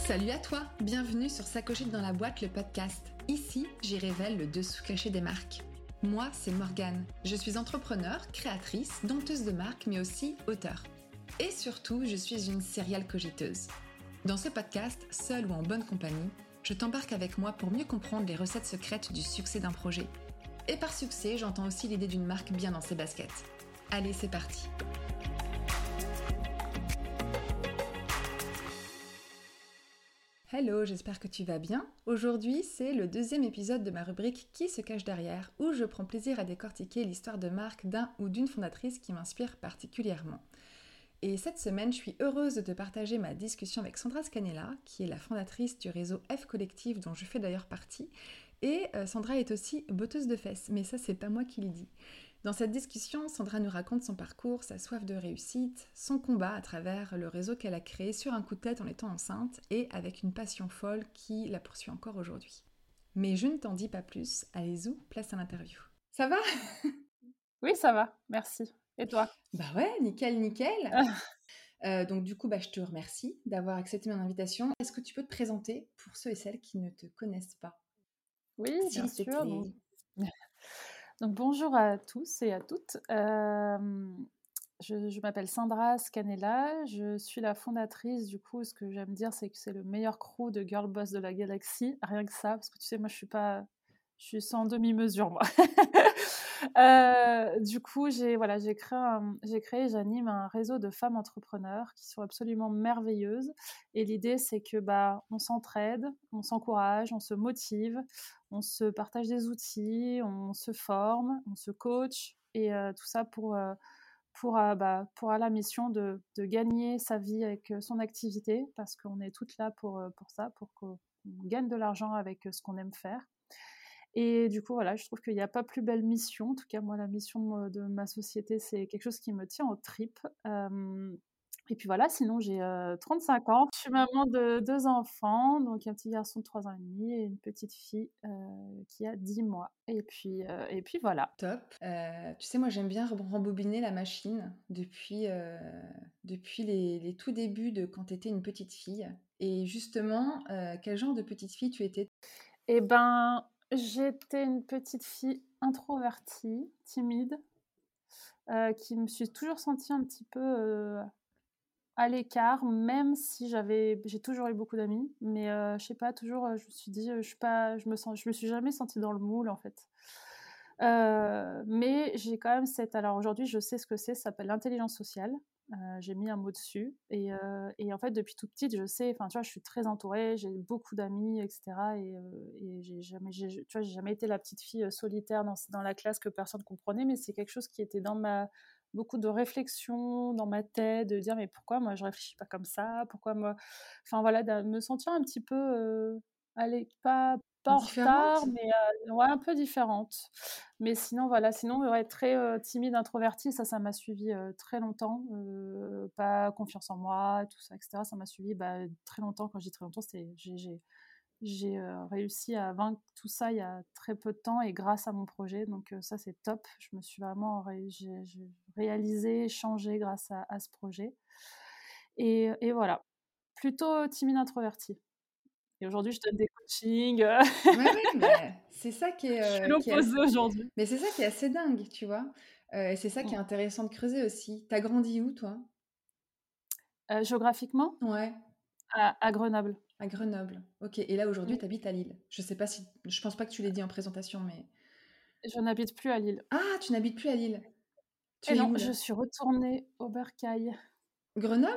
Salut à toi, bienvenue sur S'accrocher dans la boîte, le podcast. Ici, j'y révèle le dessous caché des marques. Moi, c'est Morgane. Je suis entrepreneur, créatrice, dompteuse de marques, mais aussi auteure. Et surtout, je suis une serial cogiteuse. Dans ce podcast, seule ou en bonne compagnie, je t'embarque avec moi pour mieux comprendre les recettes secrètes du succès d'un projet. Et par succès, j'entends aussi l'idée d'une marque bien dans ses baskets. Allez, c'est parti. Hello, j'espère que tu vas bien. Aujourd'hui, c'est le deuxième épisode de ma rubrique Qui se cache derrière, où je prends plaisir à décortiquer l'histoire de marque d'un ou d'une fondatrice qui m'inspire particulièrement. Et cette semaine, je suis heureuse de te partager ma discussion avec Sandra Scanella, qui est la fondatrice du réseau F Collectif, dont je fais d'ailleurs partie. Et Sandra est aussi botteuse de fesses, mais ça, c'est pas moi qui le dis. Dans cette discussion, Sandra nous raconte son parcours, sa soif de réussite, son combat à travers le réseau qu'elle a créé sur un coup de tête en étant enceinte et avec une passion folle qui la poursuit encore aujourd'hui. Mais je ne t'en dis pas plus, allez-y, place à l'interview. Ça va ? Oui, ça va, merci. Et toi ? Bah ouais, nickel, nickel. Donc du coup, je te remercie d'avoir accepté mon invitation. Est-ce que tu peux te présenter pour ceux et celles qui ne te connaissent pas ? Oui, bien S'il te sûr. plaît. Donc, bonjour à tous et à toutes. Je m'appelle Sandra Scanella. Je suis la fondatrice. Du coup, ce que j'aime dire, c'est que c'est le meilleur crew de girl boss de la galaxie. Rien que ça, parce que tu sais, moi, je suis sans demi-mesure, moi. Du coup, j'ai créé, j'anime un réseau de femmes entrepreneurs qui sont absolument merveilleuses. Et l'idée, c'est que on s'entraide, on s'encourage, on se motive, on se partage des outils, on se forme, on se coach, et tout ça pour la mission de gagner sa vie avec son activité, parce qu'on est toutes là pour ça, pour qu'on gagne de l'argent avec ce qu'on aime faire. Et du coup, voilà, je trouve qu'il n'y a pas plus belle mission. En tout cas, moi, la mission de ma société, c'est quelque chose qui me tient aux tripes. Et puis voilà, sinon, j'ai 35 ans. Je suis maman de 2 enfants, donc un petit garçon de 3 ans et demi et une petite fille qui a 10 mois. Et puis voilà. Top. Tu sais, moi, j'aime bien rembobiner la machine depuis les tout débuts de quand tu étais une petite fille. Et justement, quel genre de petite fille tu étais ? Eh ben, j'étais une petite fille introvertie, timide, qui me suis toujours sentie un petit peu à l'écart, même si j'ai toujours eu beaucoup d'amis, mais je sais pas, toujours, je me suis dit, je me suis jamais sentie dans le moule, en fait. Mais j'ai quand même alors aujourd'hui, je sais ce que c'est, ça s'appelle l'intelligence sociale. J'ai mis un mot dessus, et en fait, depuis toute petite, je sais, enfin, tu vois, je suis très entourée, j'ai beaucoup d'amis, et cetera, et tu vois, j'ai jamais été la petite fille solitaire dans la classe que personne comprenait, mais c'est quelque chose qui était beaucoup de réflexion dans ma tête, de dire: «Mais pourquoi moi je réfléchis pas comme ça? Pourquoi moi?» Enfin voilà, de me sentir un petit peu, allez, pas en retard, Différente ? mais ouais, un peu différente. Mais sinon voilà, ouais, très, timide, introvertie, ça m'a suivie, très longtemps, pas confiance en moi, tout ça et cetera. Ça m'a suivie, très longtemps. Quand je dis très longtemps, c'est j'ai réussi à vaincre tout ça il y a très peu de temps, et grâce à mon projet, donc ça, c'est top. Je me suis vraiment j'ai réalisé, changé grâce à ce projet, et voilà. Plutôt timide, introvertie, et aujourd'hui, je donne des coachings, Ouais, ouais, mais c'est ça je suis qui est assez... l'opposé aujourd'hui. Mais c'est ça qui est assez dingue, tu vois. Et c'est ça qui est Mmh. intéressant de creuser aussi. T'as grandi où, toi ? Géographiquement, Ouais, à Grenoble. à Grenoble. Ok. Et là, aujourd'hui, Mmh. t'habites à Lille. Je sais pas si... Je pense pas que tu l'aies dit en présentation, mais... Je n'habite plus à Lille. Ah, tu n'habites plus à Lille. Et Tu es non, où, là ? je suis retournée au Bercail. Grenoble ?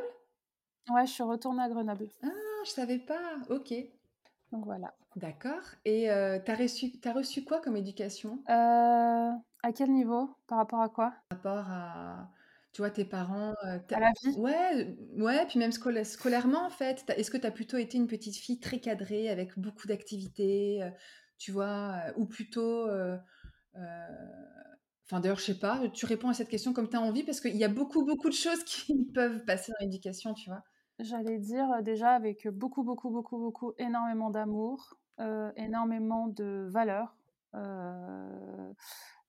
Ouais, je suis retournée à Grenoble. Ah, je savais pas. Ok. Donc voilà. D'accord. Et t'as reçu quoi comme éducation À quel niveau? Par rapport à quoi? par rapport à, tu vois, tes parents À la vie? Ouais, ouais, puis même scolairement, en fait. Est-ce que tu as plutôt été une petite fille très cadrée, avec beaucoup d'activités, tu vois, ou plutôt... euh, Enfin, d'ailleurs, je sais pas, tu réponds à cette question comme tu as envie, parce qu'il y a beaucoup, beaucoup de choses qui peuvent passer dans l'éducation, tu vois. J'allais dire, déjà avec beaucoup, beaucoup, beaucoup, beaucoup, énormément d'amour, énormément de valeurs, heu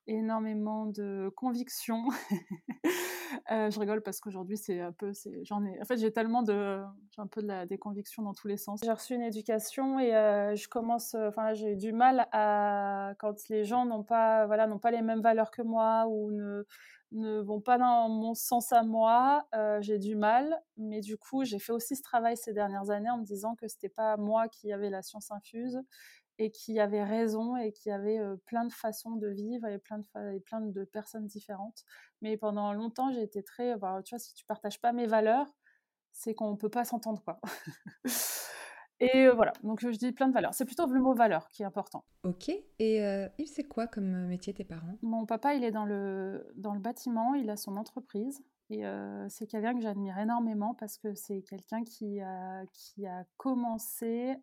énormément de conviction. Je rigole parce qu'aujourd'hui, en fait, j'ai un peu des convictions dans tous les sens. J'ai reçu une éducation et enfin, j'ai du mal quand les gens n'ont pas les mêmes valeurs que moi ou ne vont pas dans mon sens à moi, j'ai du mal. Mais du coup, j'ai fait aussi ce travail ces dernières années en me disant que c'était pas moi qui avait la science infuse et qui avait raison et qui avait plein de façons de vivre et plein de personnes différentes. Mais pendant longtemps, j'ai été très, tu vois, si tu partages pas mes valeurs, c'est qu'on peut pas s'entendre, quoi. Et voilà, donc je dis plein de valeurs. C'est plutôt le mot valeur qui est important. Ok. Et Yves, c'est quoi comme métier tes parents? Mon papa, il est dans le bâtiment, il a son entreprise. Et c'est quelqu'un que j'admire énormément parce que c'est quelqu'un qui a commencé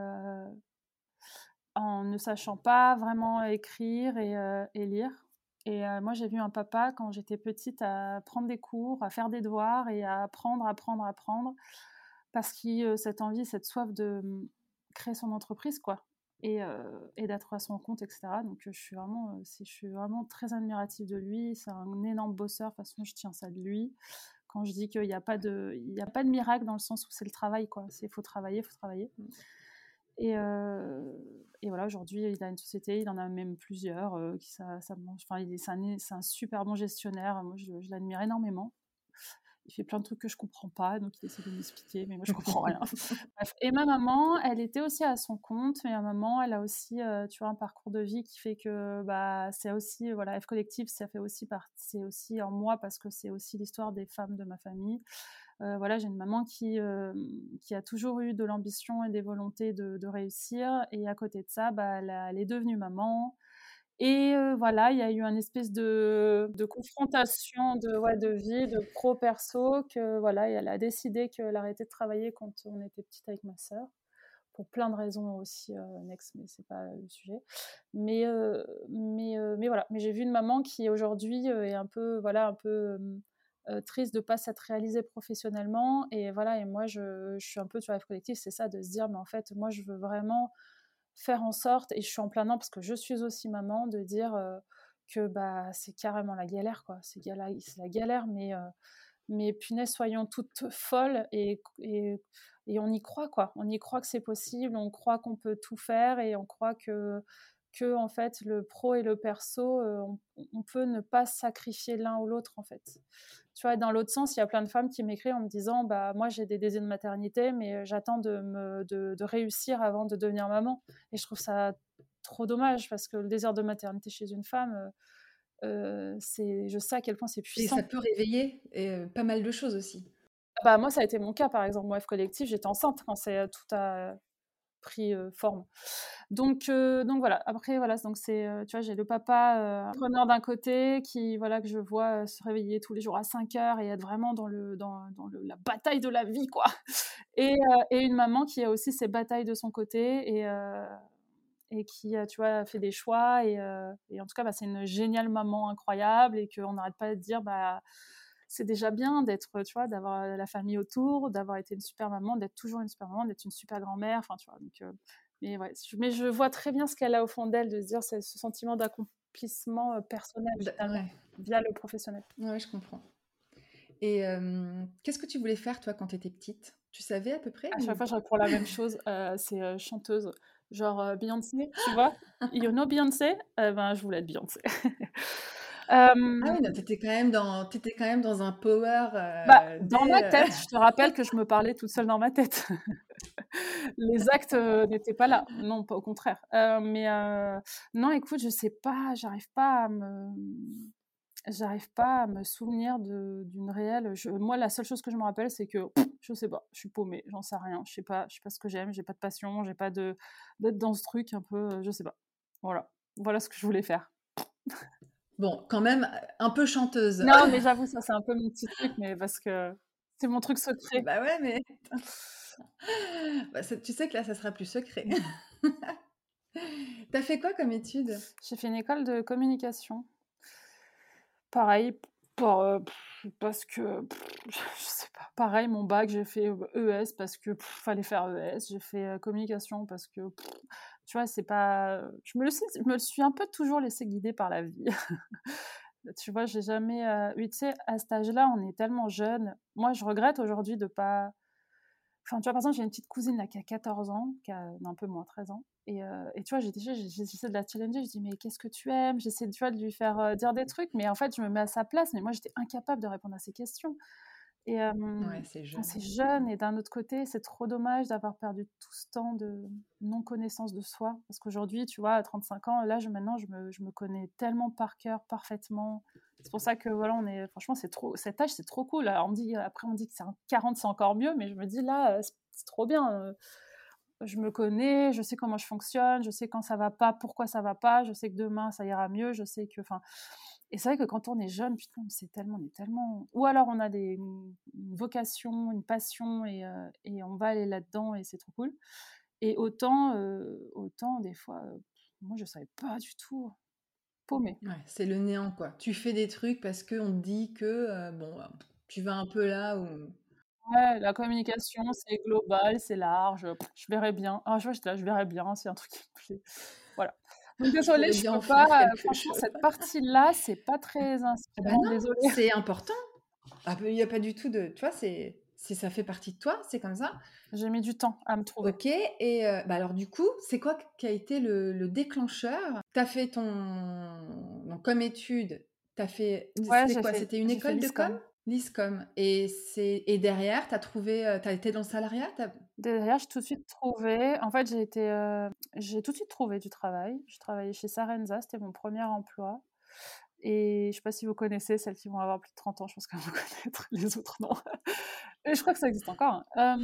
en ne sachant pas vraiment écrire et lire. Et moi, j'ai vu un papa, quand j'étais petite, à prendre des cours, à faire des devoirs et à apprendre, parce que cette envie, cette soif de créer son entreprise, quoi, et d'être à son compte, etc. Donc, je suis vraiment très admirative de lui. C'est un énorme bosseur. De toute façon, je tiens ça de lui. Quand je dis qu'il n'y a pas de miracle dans le sens où c'est le travail, quoi. Il faut travailler, il faut travailler. Et voilà, aujourd'hui, il a une société, il en a même plusieurs. Enfin, c'est un super bon gestionnaire. Moi, je l'admire énormément. Il fait plein de trucs que je comprends pas, donc il essaie de m'expliquer, mais moi, je comprends rien. Bref. Et ma maman, elle était aussi à son compte, mais ma maman, elle a aussi, tu vois, un parcours de vie qui fait que c'est aussi, voilà, F Collectif, c'est aussi en moi parce que c'est aussi l'histoire des femmes de ma famille. Voilà, j'ai une maman qui a toujours eu de l'ambition et des volontés de réussir. Et à côté de ça, elle est devenue maman. Et voilà, il y a eu une espèce de confrontation de vie, de pro-perso, que voilà, et elle a décidé qu'elle arrêtait de travailler quand on était petite avec ma sœur, pour plein de raisons aussi annexes, mais c'est pas le sujet. Mais voilà, mais j'ai vu une maman qui aujourd'hui est un peu, voilà, un peu triste de pas s'être réalisée professionnellement. Et voilà, et moi je suis un peu sur F Collectif, c'est ça, de se dire, mais en fait, moi je veux vraiment faire en sorte, et je suis en plein dedans parce que je suis aussi maman, de dire que c'est carrément la galère, quoi. C'est la galère, mais punaise, soyons toutes folles et on y croit, quoi. On y croit que c'est possible, on croit qu'on peut tout faire et on croit que en fait, le pro et le perso, on peut ne pas sacrifier l'un ou l'autre, en fait. Tu vois, dans l'autre sens, il y a plein de femmes qui m'écrivent en me disant, moi, j'ai des désirs de maternité, mais j'attends de réussir avant de devenir maman. Et je trouve ça trop dommage parce que le désir de maternité chez une femme, je sais à quel point c'est Et ça puissant. peut réveiller pas mal de choses aussi. Moi, ça a été mon cas, par exemple. Moi, F Collectif, j'étais enceinte quand tout a pris forme. Donc voilà. Après, voilà, donc tu vois, j'ai le papa entrepreneur d'un côté voilà, que je vois se réveiller tous les jours à 5 heures et être vraiment la bataille de la vie, quoi. Et une maman qui a aussi ses batailles de son côté et qui, tu vois, fait des choix. Et en tout cas, c'est une géniale maman incroyable et qu'on n'arrête pas de dire, c'est déjà bien d'être, tu vois, d'avoir la famille autour, d'avoir été une super maman, d'être toujours une super maman, d'être une super grand-mère, enfin, tu vois. Mais ouais, mais je vois très bien ce qu'elle a au fond d'elle, de se dire, c'est ce sentiment d'accomplissement personnel, finalement, Ouais, via le professionnel. ouais, je comprends. Et qu'est-ce que tu voulais faire, toi, quand tu étais petite? Tu savais à peu près À chaque ou fois, je pas? réponds la même chose, c'est chanteuse, genre Beyoncé, tu vois? You know Beyoncé? Je voulais être Beyoncé. Ah Hem oui, non, t'étais quand même dans un power Dans ma dès. tête, je te rappelle que je me parlais toute seule dans ma tête. Les actes n'étaient pas là. Non, pas au contraire. Non, écoute, je sais pas, j'arrive pas à me souvenir d'une réelle. Moi, la seule chose que je me rappelle, c'est que je sais pas, je suis paumée, j'en sais rien. Je sais pas ce que j'aime, j'ai pas de passion, j'ai pas d'être dans ce truc un peu, je sais pas. Voilà ce que je voulais faire. Bon, quand même un peu chanteuse. Non, mais j'avoue, ça c'est un peu mon petit truc, mais parce que c'est mon truc secret. Bah ouais, mais tu sais que là, ça sera plus secret. T'as fait quoi comme étude? J'ai fait une école de communication. Pareil, Pour, parce que je sais pas. Pareil, mon bac, j'ai fait, ES parce que fallait faire ES. J'ai fait, communication parce que tu vois, c'est pas je me suis un peu toujours laissée guider par la vie. Tu vois, j'ai jamais, eu tu sais, à cet âge-là, on est tellement jeune. Moi, je regrette aujourd'hui de pas enfin, tu vois, par exemple, j'ai une petite cousine là qui a 14 ans, qui a un peu moins, 13 ans et tu vois, j'essaie de la challenger, je dis: «Mais qu'est-ce que tu aimes?» J'essaie, tu vois, de lui faire, dire des trucs, mais en fait, je me mets à sa place, mais moi, j'étais incapable de répondre à ces questions et Ouais, c'est jeune. c'est jeune et d'un autre côté, c'est trop dommage d'avoir perdu tout ce temps de non-connaissance de soi. Parce qu'aujourd'hui, tu vois, à 35 ans, là, maintenant, je me connais tellement par cœur, parfaitement. C'est pour ça que voilà, on est franchement, c'est trop cet âge, c'est trop cool. Alors, on dit que c'est un 40, c'est encore mieux, mais je me dis là, c'est trop bien, je me connais, je sais comment je fonctionne, je sais quand ça va pas, pourquoi ça va pas, je sais que demain ça ira mieux, je sais que enfin et c'est vrai que quand on est jeune, putain, on est tellement ou alors on a une vocation, une passion et on va aller là-dedans et c'est trop cool et autant des fois, moi je savais pas du tout, paumée. Ouais, c'est le néant, quoi. Tu fais des trucs parce qu'on te dit que, bon, tu vas un peu là où Ouais, la communication, c'est global, c'est large, je verrai bien. Ah, je vois, j'étais là, je verrai bien, c'est un truc qui me plaît. Voilà. Donc je désolée, pourrais je bien en peux pas, faire quelque franchement, chose. cette partie-là, c'est pas très Ah bah inspirant, non, désolée. c'est important. Ah bah, il y a pas du tout de tu vois, c'est ça fait partie de toi, c'est comme ça. J'ai mis du temps à me trouver. OK et bah, alors du coup, c'est quoi qui a été le déclencheur? Tu as fait ton donc comme étude, tu as fait Ouais, c'était quoi? C'était une j'ai fait école de com? l'ISCOM. L'ISCOM et derrière, tu as trouvé, tu as été dans le salariat? Tu as Derrière, j'ai tout de suite trouvé en fait, j'ai tout de suite trouvé du travail. J'ai travaillé chez Sarenza, c'était mon premier emploi et je sais pas si vous connaissez, celles qui vont avoir plus de 30 ans, je pense qu'elles vont connaître, les autres non. Et je crois que ça existe encore, hein.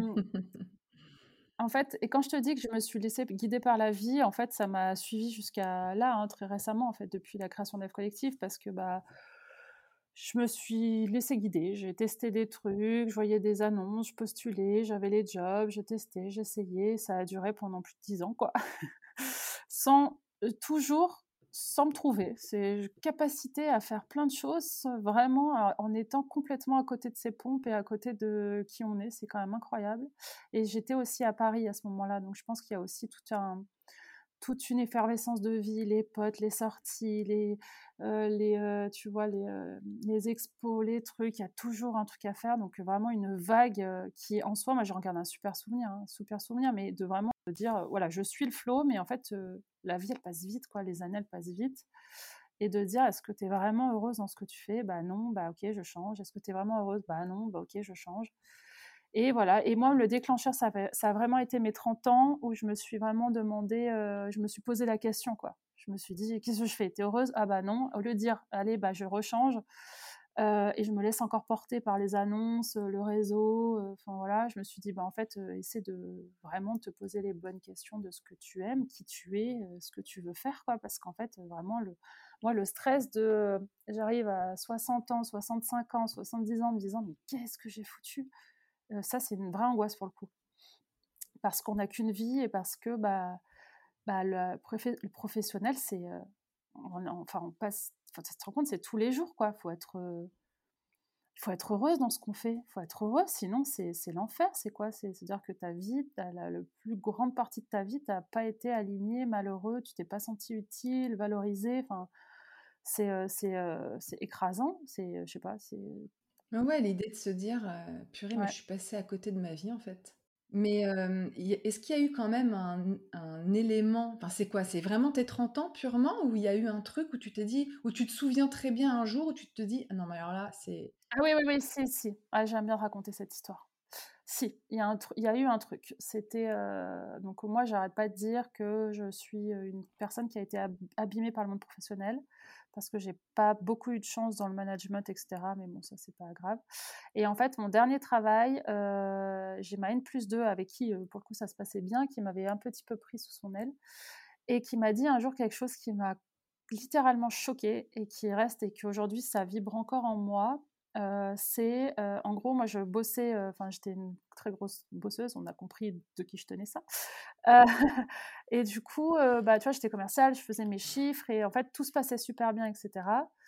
En fait et quand je te dis que je me suis laissée guider par la vie, en fait, ça m'a suivie jusqu'à là, hein, très récemment, en fait, depuis la création d'Ève Collectif parce que, bah, je me suis laissée guider. J'ai testé des trucs, je voyais des annonces, je postulais, j'avais les jobs, je testais, j'essayais. Ça a duré pendant plus de 10 ans, quoi. Sans toujours sans me trouver. C'est capacité à faire plein de choses, vraiment, en étant complètement à côté de ses pompes et à côté de qui on est. C'est quand même incroyable et j'étais aussi à Paris à ce moment-là, donc je pense qu'il y a aussi toute une effervescence de vie, les potes, les sorties, tu vois, les expos, les trucs, il y a toujours un truc à faire, donc vraiment une vague, qui en soi, moi, j'en garde un super souvenir, mais de vraiment me dire, voilà, je suis le flow, mais en fait, la vie, elle passe vite, quoi, les années, elles passent vite et de dire: «Est-ce que tu es vraiment heureuse dans ce que tu fais? Bah non, bah OK, je change. Est-ce que tu es vraiment heureuse? Bah non, bah OK, je change». Et voilà et moi le déclencheur ça a vraiment été mes 30 ans où je me suis vraiment demandé, je me suis posé la question quoi. Je me suis dit: «Qu'est-ce que je fais? Tu es heureuse? Ah bah non». Au lieu de dire: «Allez, bah je rechange», et je me laisse encore porter par les annonces, le réseau, enfin voilà, je me suis dit: «Bah en fait, essaie de vraiment te poser les bonnes questions de ce que tu aimes, qui tu es, ce que tu veux faire quoi». Parce qu'en fait, vraiment le stress de, j'arrive à 60 ans, 65 ans, 70 ans en me disant: «Mais qu'est-ce que j'ai foutu?» Ça, c'est une vraie angoisse pour le coup. Parce qu'on n'a qu'une vie et parce que, bah, le professionnel, c'est, on passe enfin, tu te rends compte, c'est tous les jours, quoi. Il faut être heureuse dans ce qu'on fait. Il faut être heureuse, sinon c'est l'enfer. C'est quoi? C'est-à-dire que ta vie, tu la le plus grande partie de ta vie, tu as pas été aligné, malheureux, tu t'es pas senti utile, valorisé, enfin, c'est écrasant, je sais pas, c'est ah ouais, l'idée de se dire, «Purée, mais je ouais. suis passée à côté de ma vie, en fait». Mais, y est-ce qu'il y a eu quand même un élément enfin, c'est quoi? C'est vraiment tes 30 ans purement ou il y a eu un truc où tu t'es dit où tu te souviens très bien un jour où tu te dis: «Ah non, mais alors là, c'est» Ah oui, oui, oui, si, si. Ah, j'aime bien raconter cette histoire. Si, il y a eu un truc. C'était, donc moi, j'arrête pas de dire que je suis, une personne qui a été abîmée par le monde professionnel, parce que j'ai pas beaucoup eu de chance dans le management et cetera, mais bon, ça, c'est pas grave et en fait, mon dernier travail, j'ai ma N+2 avec qui, pour le coup, ça se passait bien, qui m'avait un petit peu pris sous son aile et qui m'a dit un jour quelque chose qui m'a littéralement choquée et qui reste et qu'aujourd'hui ça vibre encore en moi. C'est, en gros, moi je bossais, enfin j'étais une très grosse bosseuse, on a compris de qui je tenais ça. Heu et du coup, bah, tu vois, j'étais commerciale, je faisais mes chiffres et en fait tout se passait super bien et cetera.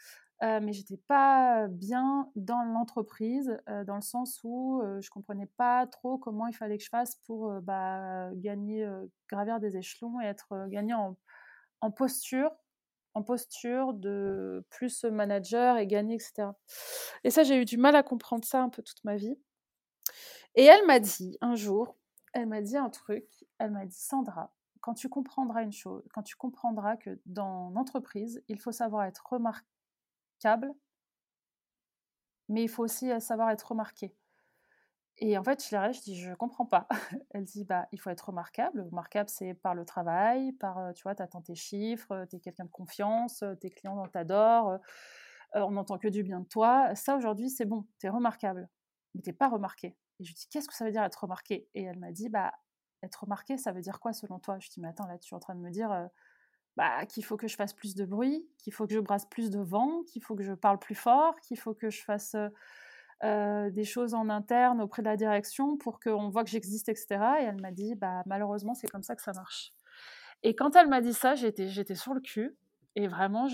mais j'étais pas bien dans l'entreprise, dans le sens où, je comprenais pas trop comment il fallait que je fasse pour, gagner, gravir des échelons et être, gagner en posture en posture de plus manager et gagner et cetera. Et ça, j'ai eu du mal à comprendre ça un peu toute ma vie. Et elle m'a dit un jour, elle m'a dit un truc, elle m'a dit: «Sandra, quand tu comprendras une chose, quand tu comprendras que dans l'entreprise, il faut savoir être remarquable, mais il faut aussi, savoir être remarqué». Et en fait, je l'ai regardée, je dis: «Je comprends pas». Elle dit: «Bah, il faut être remarquable. Remarquable, c'est par le travail, par, tu vois, tu attends tes chiffres, tu es quelqu'un de confiance, tes clients t'adorent, on n'entend que du bien de toi. Ça, aujourd'hui, c'est bon, tu es remarquable, mais tu es pas remarqué». Et je lui dis: «Qu'est-ce que ça veut dire être remarqué?» Et elle m'a dit: «Bah, être remarqué, ça veut dire quoi selon toi?» Je dis: «Mais attends, là, tu es en train de me dire, qu'il faut que je fasse plus de bruit, qu'il faut que je brasse plus de vent, qu'il faut que je parle plus fort, qu'il faut que je fasse, des choses en interne auprès de la direction pour qu'on voit que j'existe et cetera». Et elle m'a dit: «Bah, malheureusement, c'est comme ça que ça marche». Et quand elle m'a dit ça, j'étais sur le cul et vraiment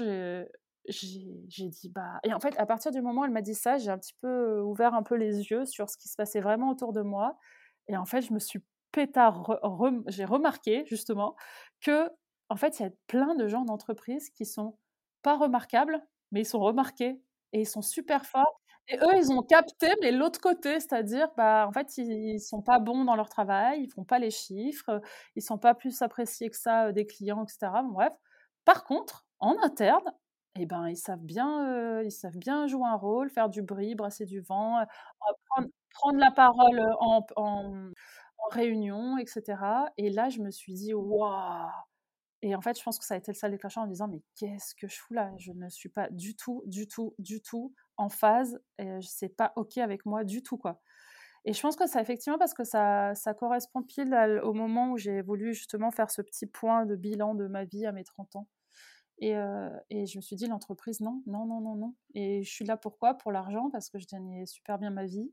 j'ai dit: «Bah». Et en fait, à partir du moment où elle m'a dit ça, j'ai un petit peu ouvert un peu les yeux sur ce qui se passait vraiment autour de moi. Et en fait, je me suis pétard re rem j'ai remarqué justement que en fait, il y a plein de gens d'entreprise qui sont pas remarquables, mais ils sont remarqués et ils sont super forts. Et eux, ils ont capté, mais l'autre côté, c'est-à-dire, en fait, ils sont pas bons dans leur travail, ils font pas les chiffres, ils sont pas plus appréciés que ça, des clients et cetera, bon bref. Par contre, en interne, eh ben, ils savent bien jouer un rôle, faire du bruit, brasser du vent, prendre la parole, en réunion et cetera. Et là, je me suis dit: «Waouh!» Et en fait, je pense que ça a été le salle déclencheur en me disant: «Mais qu'est-ce que je fous là? Je ne suis pas du tout, du tout, du tout en phase et c'est pas OK avec moi du tout, quoi». Et je pense que ça effectivement parce que ça correspond pile au moment où j'ai voulu justement faire ce petit point de bilan de ma vie à mes 30 ans. Et je me suis dit: «L'entreprise, non, non, non, non, non». Et je suis là pourquoi? Pour l'argent, parce que je gagnais super bien ma vie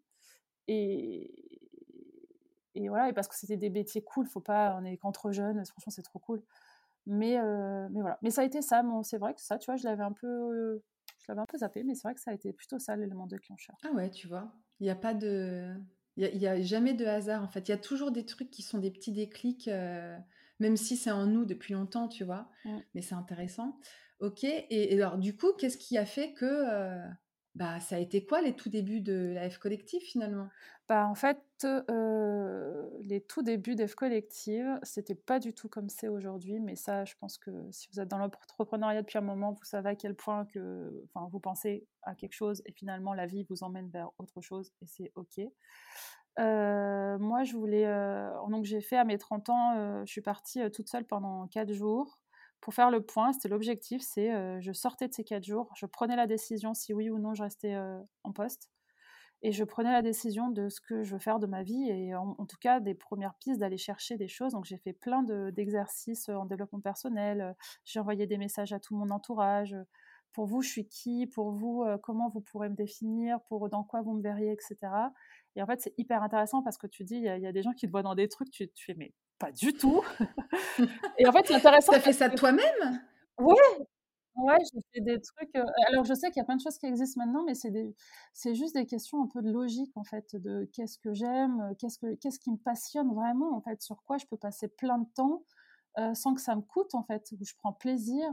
et et voilà, et parce que c'était des métiers cool, faut pas, on est qu'entre jeunes, franchement, c'est trop cool. Mais voilà. Mais ça a été ça, mon c'est vrai que ça, tu vois, je l'avais un peu zappé, mais c'est vrai que ça a été plutôt ça l'élément déclencheur. Ah ouais, tu vois? Il y a pas de il y a jamais de hasard, en fait. Il y a toujours des trucs qui sont des petits déclics, même si c'est en nous depuis longtemps, tu vois? Mmh. Mais c'est intéressant. OK, et alors du coup, qu'est-ce qui a fait que, ça a été quoi les tout débuts de la F collective finalement? En fait, les tout débuts d'F Collective, c'était pas du tout comme c'est aujourd'hui, mais ça, je pense que si vous êtes dans l'entrepreneuriat depuis un moment, vous savez à quel point vous pensez à quelque chose et finalement la vie vous emmène vers autre chose et c'est OK. Moi, je voulais, donc j'ai fait à mes 30 ans, je suis partie, toute seule pendant 4 jours pour faire le point. C'était l'objectif, je sortais de ces 4 jours, je prenais la décision si oui ou non je restais, en poste. Et je prenais la décision de ce que je veux faire de ma vie et en tout cas des premières pistes d'aller chercher des choses. Donc j'ai fait plein d'exercices en développement personnel, j'ai envoyé des messages à tout mon entourage, pour vous, je suis qui? Pour vous, comment vous pourrez me définir? Pour dans quoi vous me verriez? Et cetera. Et en fait, c'est hyper intéressant parce que tu dis, il y a des gens qui te voient dans des trucs, tu fais: «Mais pas du tout!» Et en fait, c'est intéressant Tu fait parce ça que toi-même? ouais! Ouais, j'ai fait des trucs, alors je sais qu'il y a plein de choses qui existent maintenant, mais c'est juste des questions un peu de logique, en fait, de qu'est-ce que j'aime, qu'est-ce qui me passionne vraiment, en fait, sur quoi je peux passer plein de temps, sans que ça me coûte, en fait, où je prends plaisir.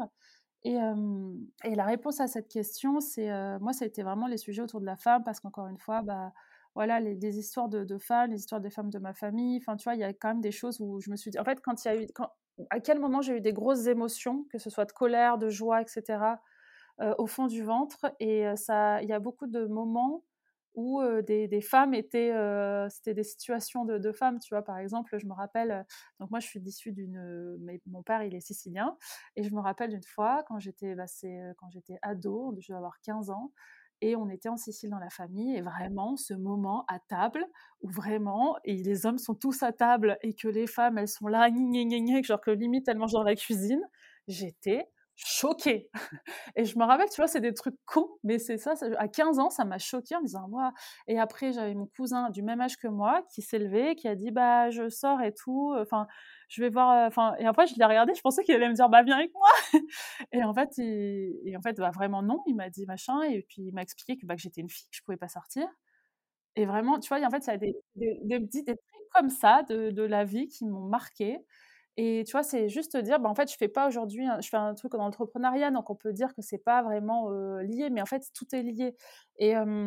Et la réponse à cette question, moi, ça a été vraiment les sujets autour de la femme parce qu'encore une fois, voilà, les histoires de femmes, les histoires des femmes de ma famille, enfin, tu vois, il y a quand même des choses où je me suis dit en fait, à quel moment j'ai eu des grosses émotions, que ce soit de colère, de joie et cetera, au fond du ventre. Et il y a beaucoup de moments où, des femmes c'était des situations de femmes, tu vois? Par exemple, je me rappelle, donc moi je suis issue mon père il est sicilien et je me rappelle d'une fois quand j'étais ado, je devais avoir 15 ans et on était en Sicile dans la famille et vraiment ce moment à table où vraiment et les hommes sont tous à table et que les femmes elles sont là, gni gni gni gni, genre que limite elles mangent dans la cuisine. J'étais choquée. Et je me rappelle, tu vois, c'est des trucs cons, mais c'est ça, à 15 ans, ça m'a choquée en me disant: «Waouh». Et après, j'avais mon cousin du même âge que moi qui s'est levé, qui a dit: «Bah, je sors et tout, enfin, je vais voir», enfin, et après je l'ai regardé, je pensais qu'il allait me dire: «Bah, viens avec moi». Et en fait, bah, vraiment non, il m'a dit machin et puis il m'a expliqué que, bah, que j'étais une fille, que je pouvais pas sortir. Et vraiment, tu vois, en fait, il y a des trucs comme ça de la vie qui m'ont marquée. Et tu vois, c'est juste dire, bah, en fait, je fais pas aujourd'hui je fais un truc en entrepreneuriat, donc on peut dire que c'est pas vraiment, lié, mais en fait, tout est lié. Et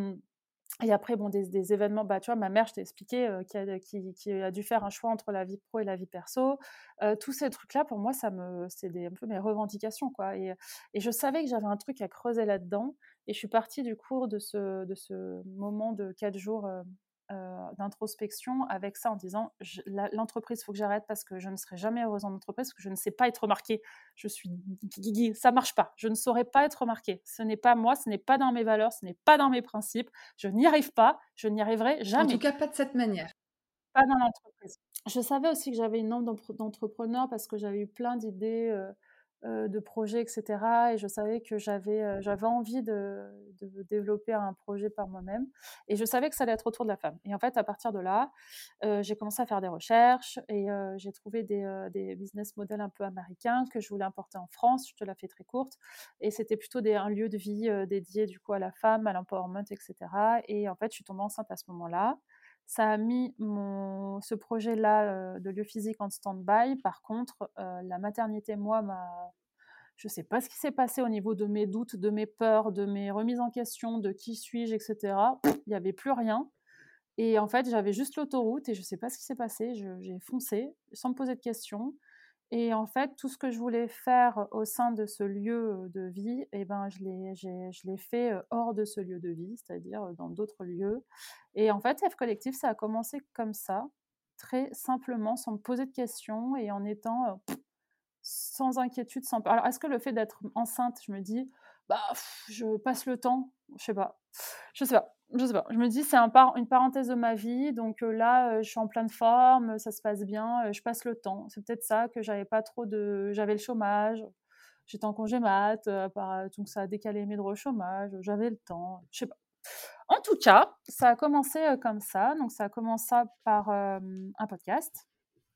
et après, bon, des événements, bah, tu vois, ma mère, je t'ai expliqué, qui a dû faire un choix entre la vie pro et la vie perso. Tous ces trucs-là, pour moi, c'est un peu mes revendications, quoi. Et je savais que j'avais un truc à creuser là-dedans. Et je suis partie du cours de ce moment de 4 jours, d'introspection avec ça en disant: L'entreprise, il faut que j'arrête parce que je ne serai jamais heureuse en entreprise, parce que je ne sais pas être remarquée. Je suis guigui, ça marche pas. Je ne saurais pas être remarquée. Ce n'est pas moi, ce n'est pas dans mes valeurs, ce n'est pas dans mes principes. Je n'y arrive pas, je n'y arriverai En tout jamais. cas, pas de cette manière. Pas dans l'entreprise. Je savais aussi que j'avais une âme d'entrepreneur parce que j'avais eu plein d'idées, de projets et cetera, et je savais que j'avais envie de développer un projet par moi-même, et je savais que ça allait être autour de la femme. Et en fait, à partir de là, j'ai commencé à faire des recherches et j'ai trouvé des business models un peu américains que je voulais importer en France. Je te la fais très courte. Et c'était plutôt un lieu de vie dédié du coup à la femme, à l'empowerment, etc. Et en fait, je suis tombée enceinte à ce moment-là. Ça a mis ce projet-là de lieu physique en stand-by. Par contre, la maternité, moi, je ne sais pas ce qui s'est passé au niveau de mes doutes, de mes peurs, de mes remises en question, de qui suis-je, etc. Il n'y avait plus rien. Et en fait, j'avais juste l'autoroute et je ne sais pas ce qui s'est passé. J'ai foncé sans me poser de questions. Et en fait, tout ce que je voulais faire au sein de ce lieu de vie, eh ben, je l'ai fait hors de ce lieu de vie, c'est-à-dire dans d'autres lieux. Et en fait, F Collectif, ça a commencé comme ça, très simplement, sans me poser de questions et en étant sans inquiétude, sans peur. Alors, est-ce que le fait d'être enceinte, je me dis, bah, je passe le temps? Je sais pas. Je sais pas. Je sais pas. Je me dis, c'est une parenthèse de ma vie, donc là, je suis en pleine forme, ça se passe bien, je passe le temps. C'est peut-être ça que j'avais le chômage, j'étais en congé mat, donc ça a décalé mes droits au chômage, j'avais le temps, je sais pas. En tout cas, ça a commencé comme ça. Donc, ça a commencé par un podcast.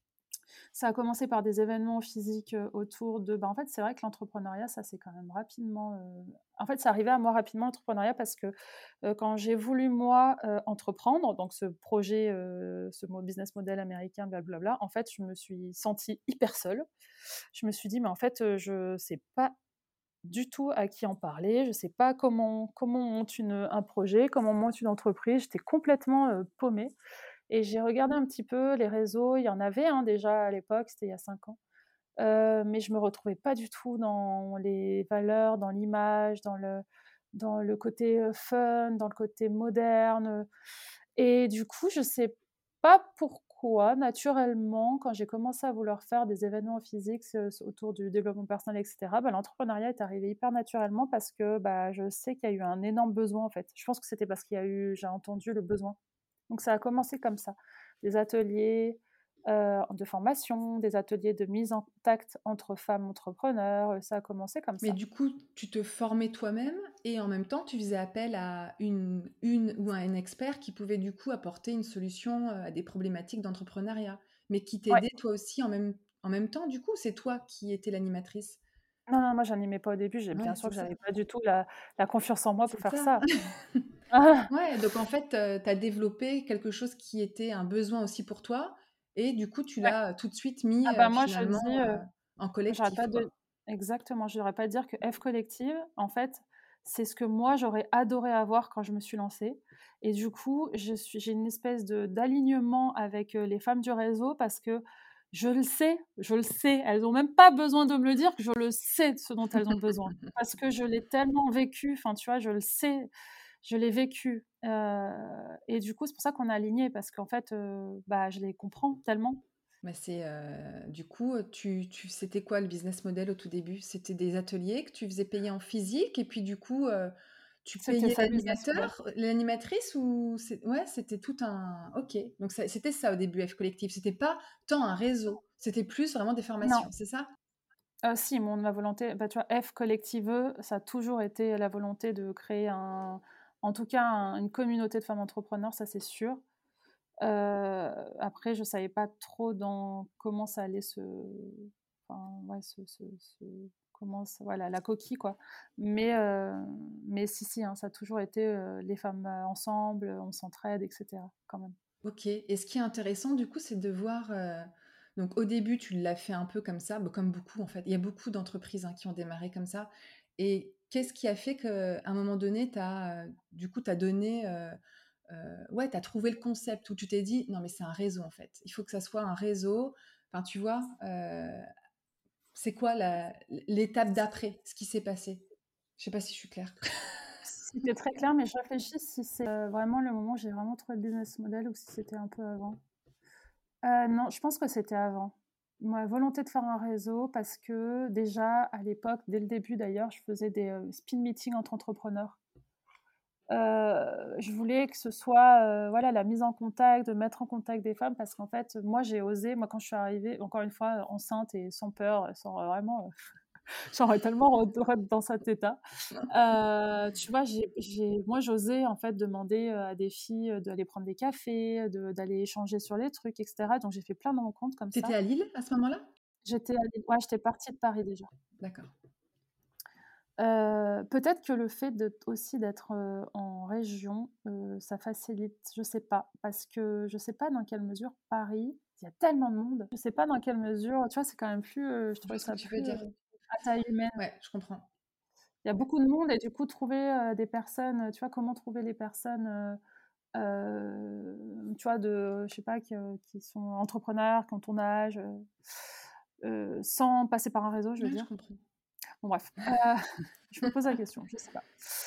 Ça a commencé par des événements physiques autour de. Bah, en fait, c'est vrai que l'entrepreneuriat, ça c'est quand même rapidement. En fait, c'est arrivé à moi rapidement l'entrepreneuriat parce que quand j'ai voulu moi entreprendre, donc ce projet, ce business model américain, blablabla, en fait, je me suis sentie hyper seule. Je me suis dit, mais en fait, je sais pas du tout à qui en parler, je sais pas comment on monte un projet, comment on monte une entreprise. J'étais complètement paumée. Et j'ai regardé un petit peu les réseaux, il y en avait, hein, déjà à l'époque, c'était il y a 5 ans. Mais je me retrouvais pas du tout dans les valeurs, dans l'image, dans le côté, fun, dans le côté moderne, et du coup, je sais pas pourquoi, naturellement, quand j'ai commencé à vouloir faire des événements physiques autour du développement personnel et cetera, bah, l'entrepreneuriat est arrivé hyper naturellement parce que, bah, je sais qu'il y a eu un énorme besoin, en fait. Je pense que c'était parce j'ai entendu le besoin. Donc ça a commencé comme ça. Des ateliers, de formation, des ateliers de mise en contact entre femmes entrepreneurs, ça a commencé comme Mais ça. du coup, tu te formais toi-même et en même temps, tu faisais appel à une ou à un expert qui pouvait du coup apporter une solution à des problématiques d'entrepreneuriat, mais qui Ouais. t'aidait toi aussi en même temps, du coup, c'est toi qui étais l'animatrice. Non, non, moi j'animais pas au début, bien Ouais, sûr c'est que ça, j'avais pas du tout la confiance en moi pour c'est faire ça. ça. Ah! Ouais, donc en fait, tu as développé quelque chose qui était un besoin aussi pour toi et du coup, tu Ouais. l'as tout de suite Ah mis, bah, moi je finalement, dis, en j'arrête collectif, pas de quoi. exactement, j'arrête pas de dire que F Collective, en fait, c'est ce que moi j'aurais adoré avoir quand je me suis lancée. Et du coup, j'ai une espèce d'alignement avec, les femmes du réseau parce que je le sais, elles ont même pas besoin de me le dire, que je le sais ce dont elles ont besoin. Parce que je l'ai tellement vécu, enfin, tu vois, je le sais, je l'ai vécu, et du coup, c'est pour ça qu'on est alignés parce qu'en fait, bah, je les comprends tellement. Bah, du coup, c'était quoi le business model au tout début? C'était des ateliers que tu faisais payer en physique et puis du coup, tu C'était payais ça le business model. l'animatrice ou ouais, c'était tout un OK, donc c'était ça au début F Collectif, c'était pas tant un réseau, c'était plus vraiment des Non. formations, c'est ça? Si, ma volonté, bah, tu vois, F collective E, ça a toujours été la volonté de créer en tout cas une communauté de femmes entrepreneurs, ça c'est sûr. Après je savais pas trop dans comment ça allait enfin, ouais, comment ça voilà, la coquille quoi. Mais si, si, hein, ça a toujours été, les femmes, ensemble, on s'entraide et cetera, quand même. OK, et ce qui est intéressant du coup, c'est de voir, donc au début, tu l'as fait un peu comme ça, bah, comme beaucoup en fait. Il y a beaucoup d'entreprises, hein, qui ont démarré comme ça, et qu'est-ce qui a fait qu'à un moment donné, tu as, du coup, tu as donné, ouais, tu as trouvé le concept où tu t'es dit: «Non mais c'est un réseau en fait, il faut que ça soit un réseau». Enfin, tu vois? C'est quoi la l'étape d'après? Ce qui s'est passé? Je sais pas si je suis claire. C'était très clair, mais je réfléchis si c'est, vraiment le moment où j'ai vraiment trouvé le business model ou si c'était un peu avant. Non, je pense que c'était avant. Ma volonté de faire un réseau parce que déjà à l'époque, dès le début d'ailleurs, je faisais des, speed meetings entre entrepreneurs. Je voulais que ce soit, voilà, la mise en contact, de mettre en contact des femmes parce qu'en fait, moi j'ai osé, moi quand je suis arrivée, encore une fois, enceinte et sans peur, sans vraiment, j'aurais tellement adoré être dans cet état. Tu vois, moi, j'osais en fait demander, à des filles, d'aller prendre des cafés, d'aller échanger sur les trucs et cetera. Donc j'ai fait plein de rencontres comme Tu étais ça. à Lille à ce moment-là? J'étais à Lille, ouais, j'étais partie de Paris déjà. D'accord. Peut-être que le fait aussi d'être, en région, ça facilite, je sais pas. Parce que je sais pas dans quelle mesure Paris, il y a tellement de monde. Je sais pas dans quelle mesure, tu vois, c'est quand même plus, je Je trouvais vois ce que ça tu veux plus, dire. à taille humaine. Ouais, je comprends. Il y a beaucoup de monde et du coup trouver, des personnes, tu vois, comment trouver les personnes, tu vois, je sais pas, qui sont entrepreneurs, qui ont ton âge, sans passer par un réseau, je veux Ouais, je dire. comprends. Bon bref, je me pose la question, je sais pas.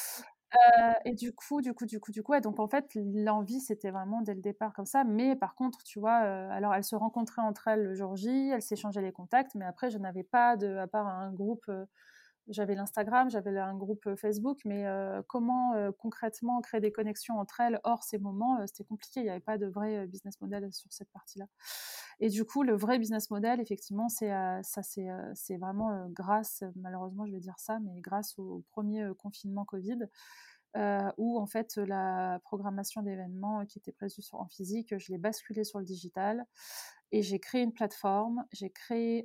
Et du coup, ouais, donc en fait, l'envie, c'était vraiment dès le départ comme ça. Mais par contre, tu vois, alors elles se rencontraient entre elles le jour J, elles s'échangeaient les contacts, mais après je n'avais pas à part un groupe, j'avais l'Instagram, j'avais un groupe, Facebook, mais comment, concrètement créer des connexions entre elles hors ces moments, c'était compliqué. Il y avait pas de vrai, business model sur cette partie-là. Et du coup, le vrai business model, effectivement, c'est vraiment, grâce, malheureusement, je vais dire ça, mais grâce au premier confinement covid, où en fait, la programmation d'événements, qui était prévue en physique, je l'ai basculée sur le digital et j'ai créé une plateforme. J'ai créé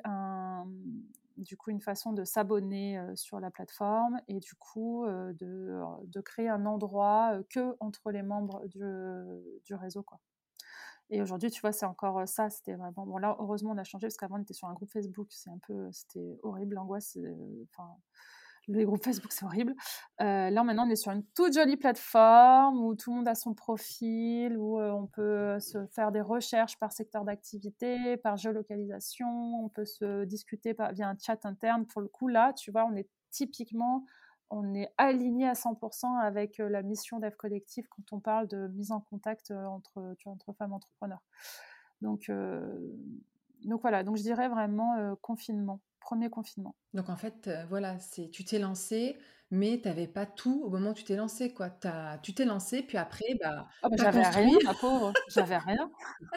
du coup, une façon de s'abonner, sur la plateforme et du coup, de créer un endroit, que entre les membres du réseau, quoi. Et aujourd'hui, tu vois, c'est encore, ça, c'était vraiment bon là, heureusement, on a changé parce qu'avant, on était sur un groupe Facebook, c'était horrible, l'angoisse, enfin, les groupes Facebook, c'est horrible. Là, maintenant, on est sur une toute jolie plateforme où tout le monde a son profil, où, on peut se faire des recherches par secteur d'activité, par géolocalisation, on peut se discuter via un chat interne. Pour le coup, là, tu vois, on est aligné à 100% avec, la mission d'Eve Collectif quand on parle de mise en contact, tu vois, entre femmes entrepreneurs. Donc, heu, donc voilà, donc je dirais vraiment, confinement, premier confinement. Donc en fait, voilà, tu t'es lancée, mais tu avais pas tout au moment où tu t'es lancée, quoi. Tu t'es lancée, puis après, bah, Ah bah, tu as j'avais rien, construit. ma pauvre, j'avais rien.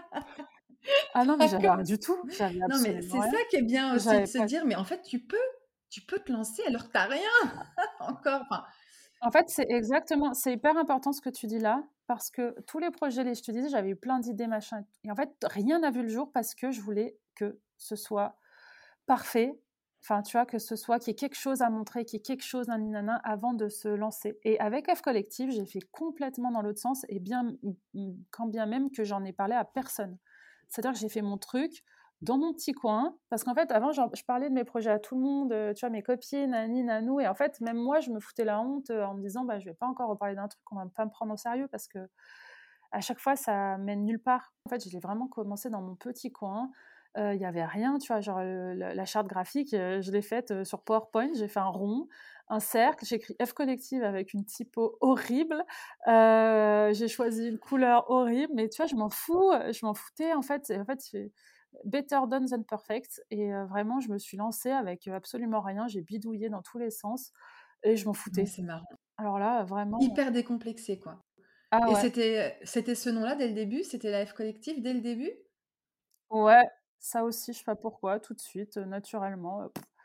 Ah non, mais j'avais rien du tout, j'avais Non, mais absolument c'est ça rien. qui est bien aussi, de J'avais se pas dire: «Mais en fait, tu peux te lancer alors que tu as rien encore». Enfin, En fait, c'est hyper important ce que tu dis là, parce que tous les projets, je te disais, j'avais eu plein d'idées, machin et en fait, rien n'a vu le jour parce que je voulais que ce soit parfait. Enfin, tu vois, que ce soit qu'il y ait quelque chose à montrer, qu'il y ait quelque chose, nani avant de se lancer. Et avec F Collective, j'ai fait complètement dans l'autre sens et quand bien même que j'en ai parlé à personne. C'est-à-dire que j'ai fait mon truc dans mon petit coin, parce qu'en fait, avant, je parlais de mes projets à tout le monde, tu vois, mes copines, nani, nanou, et en fait, même moi, je me foutais la honte en me disant, bah, je vais pas encore reparler d'un truc, on va pas me prendre au sérieux, parce que à chaque fois, ça mène nulle part. En fait, je l'ai vraiment commencé dans mon petit coin. Il y avait rien, tu vois, genre, la charte graphique, je l'ai faite, sur PowerPoint. J'ai fait un rond, un cercle, j'ai écrit F collective avec une typo horrible. J'ai choisi une couleur horrible, mais tu vois, je m'en foutais en fait. Et en fait, c'est better done than perfect. Et vraiment, je me suis lancée avec, absolument rien. J'ai bidouillé dans tous les sens et je m'en ouais, foutais. c'est marrant. Alors là, vraiment, Hyper décomplexé, quoi. ah Et ouais. c'était ce nom-là dès le début? C'était la F collective dès le début? Ouais, ça aussi, je sais pas pourquoi, tout de suite, naturellement,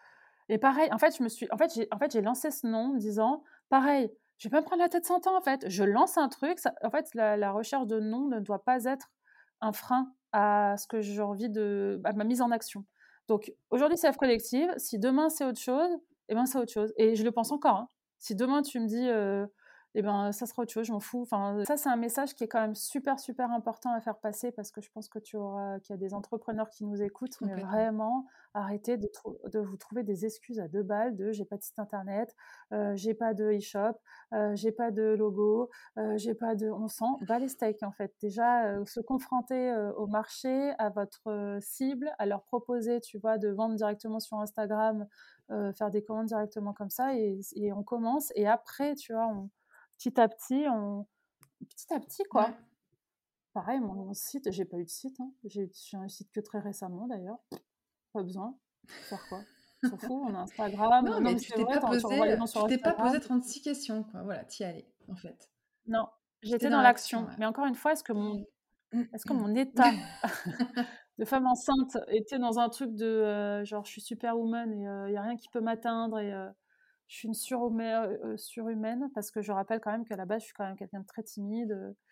Et pareil, en fait, j'ai lancé ce nom en disant: «Pareil, je vais pas me prendre la tête 100 ans, en fait. Je lance un truc, ça» en fait, la recherche de nom ne doit pas être un frein à ce que j'ai envie à ma mise en action. Donc aujourd'hui, c'est F Collective. Si demain, c'est autre chose, et ben, c'est autre chose et je le pense encore, hein. Si demain, tu me dis, et ben, ça sera autre chose, je m'en fous. Enfin, ça, c'est un message qui est quand même super, super important à faire passer parce que je pense qu'il y a des entrepreneurs qui nous écoutent, mais Complètement. vraiment, arrêtez de vous trouver des excuses à 2 balles de: «J'ai pas de site internet, j'ai pas de e-shop, j'ai pas de logo, j'ai pas de» on s'en bat les steaks, en fait. Déjà, se confronter, au marché, à votre, cible, à leur proposer, tu vois, de vendre directement sur Instagram, faire des commandes directement comme ça et on commence et après, tu vois, petit à petit, petit à petit, Ouais. quoi. Pareil, mon site, j'ai pas eu de site, hein. J'ai un site que très récemment, d'ailleurs. Pas besoin. Faire quoi? On s'en fout, on a Non, Instagram. Non, mais mais c'est vrai, tu envoies les gens sur tu t'es pas Instagram. posé 36 questions, quoi. Voilà, tu y allais, en fait. Non, J'étais j'étais dans dans l'action, l'action. ouais. Mais encore une fois, est-ce que mon état de femme enceinte était dans un truc de, genre je suis superwoman et il y a rien qui peut m'atteindre et je suis une surhumaine parce que je rappelle quand même qu'à la base, je suis quand même quelqu'un de très timide,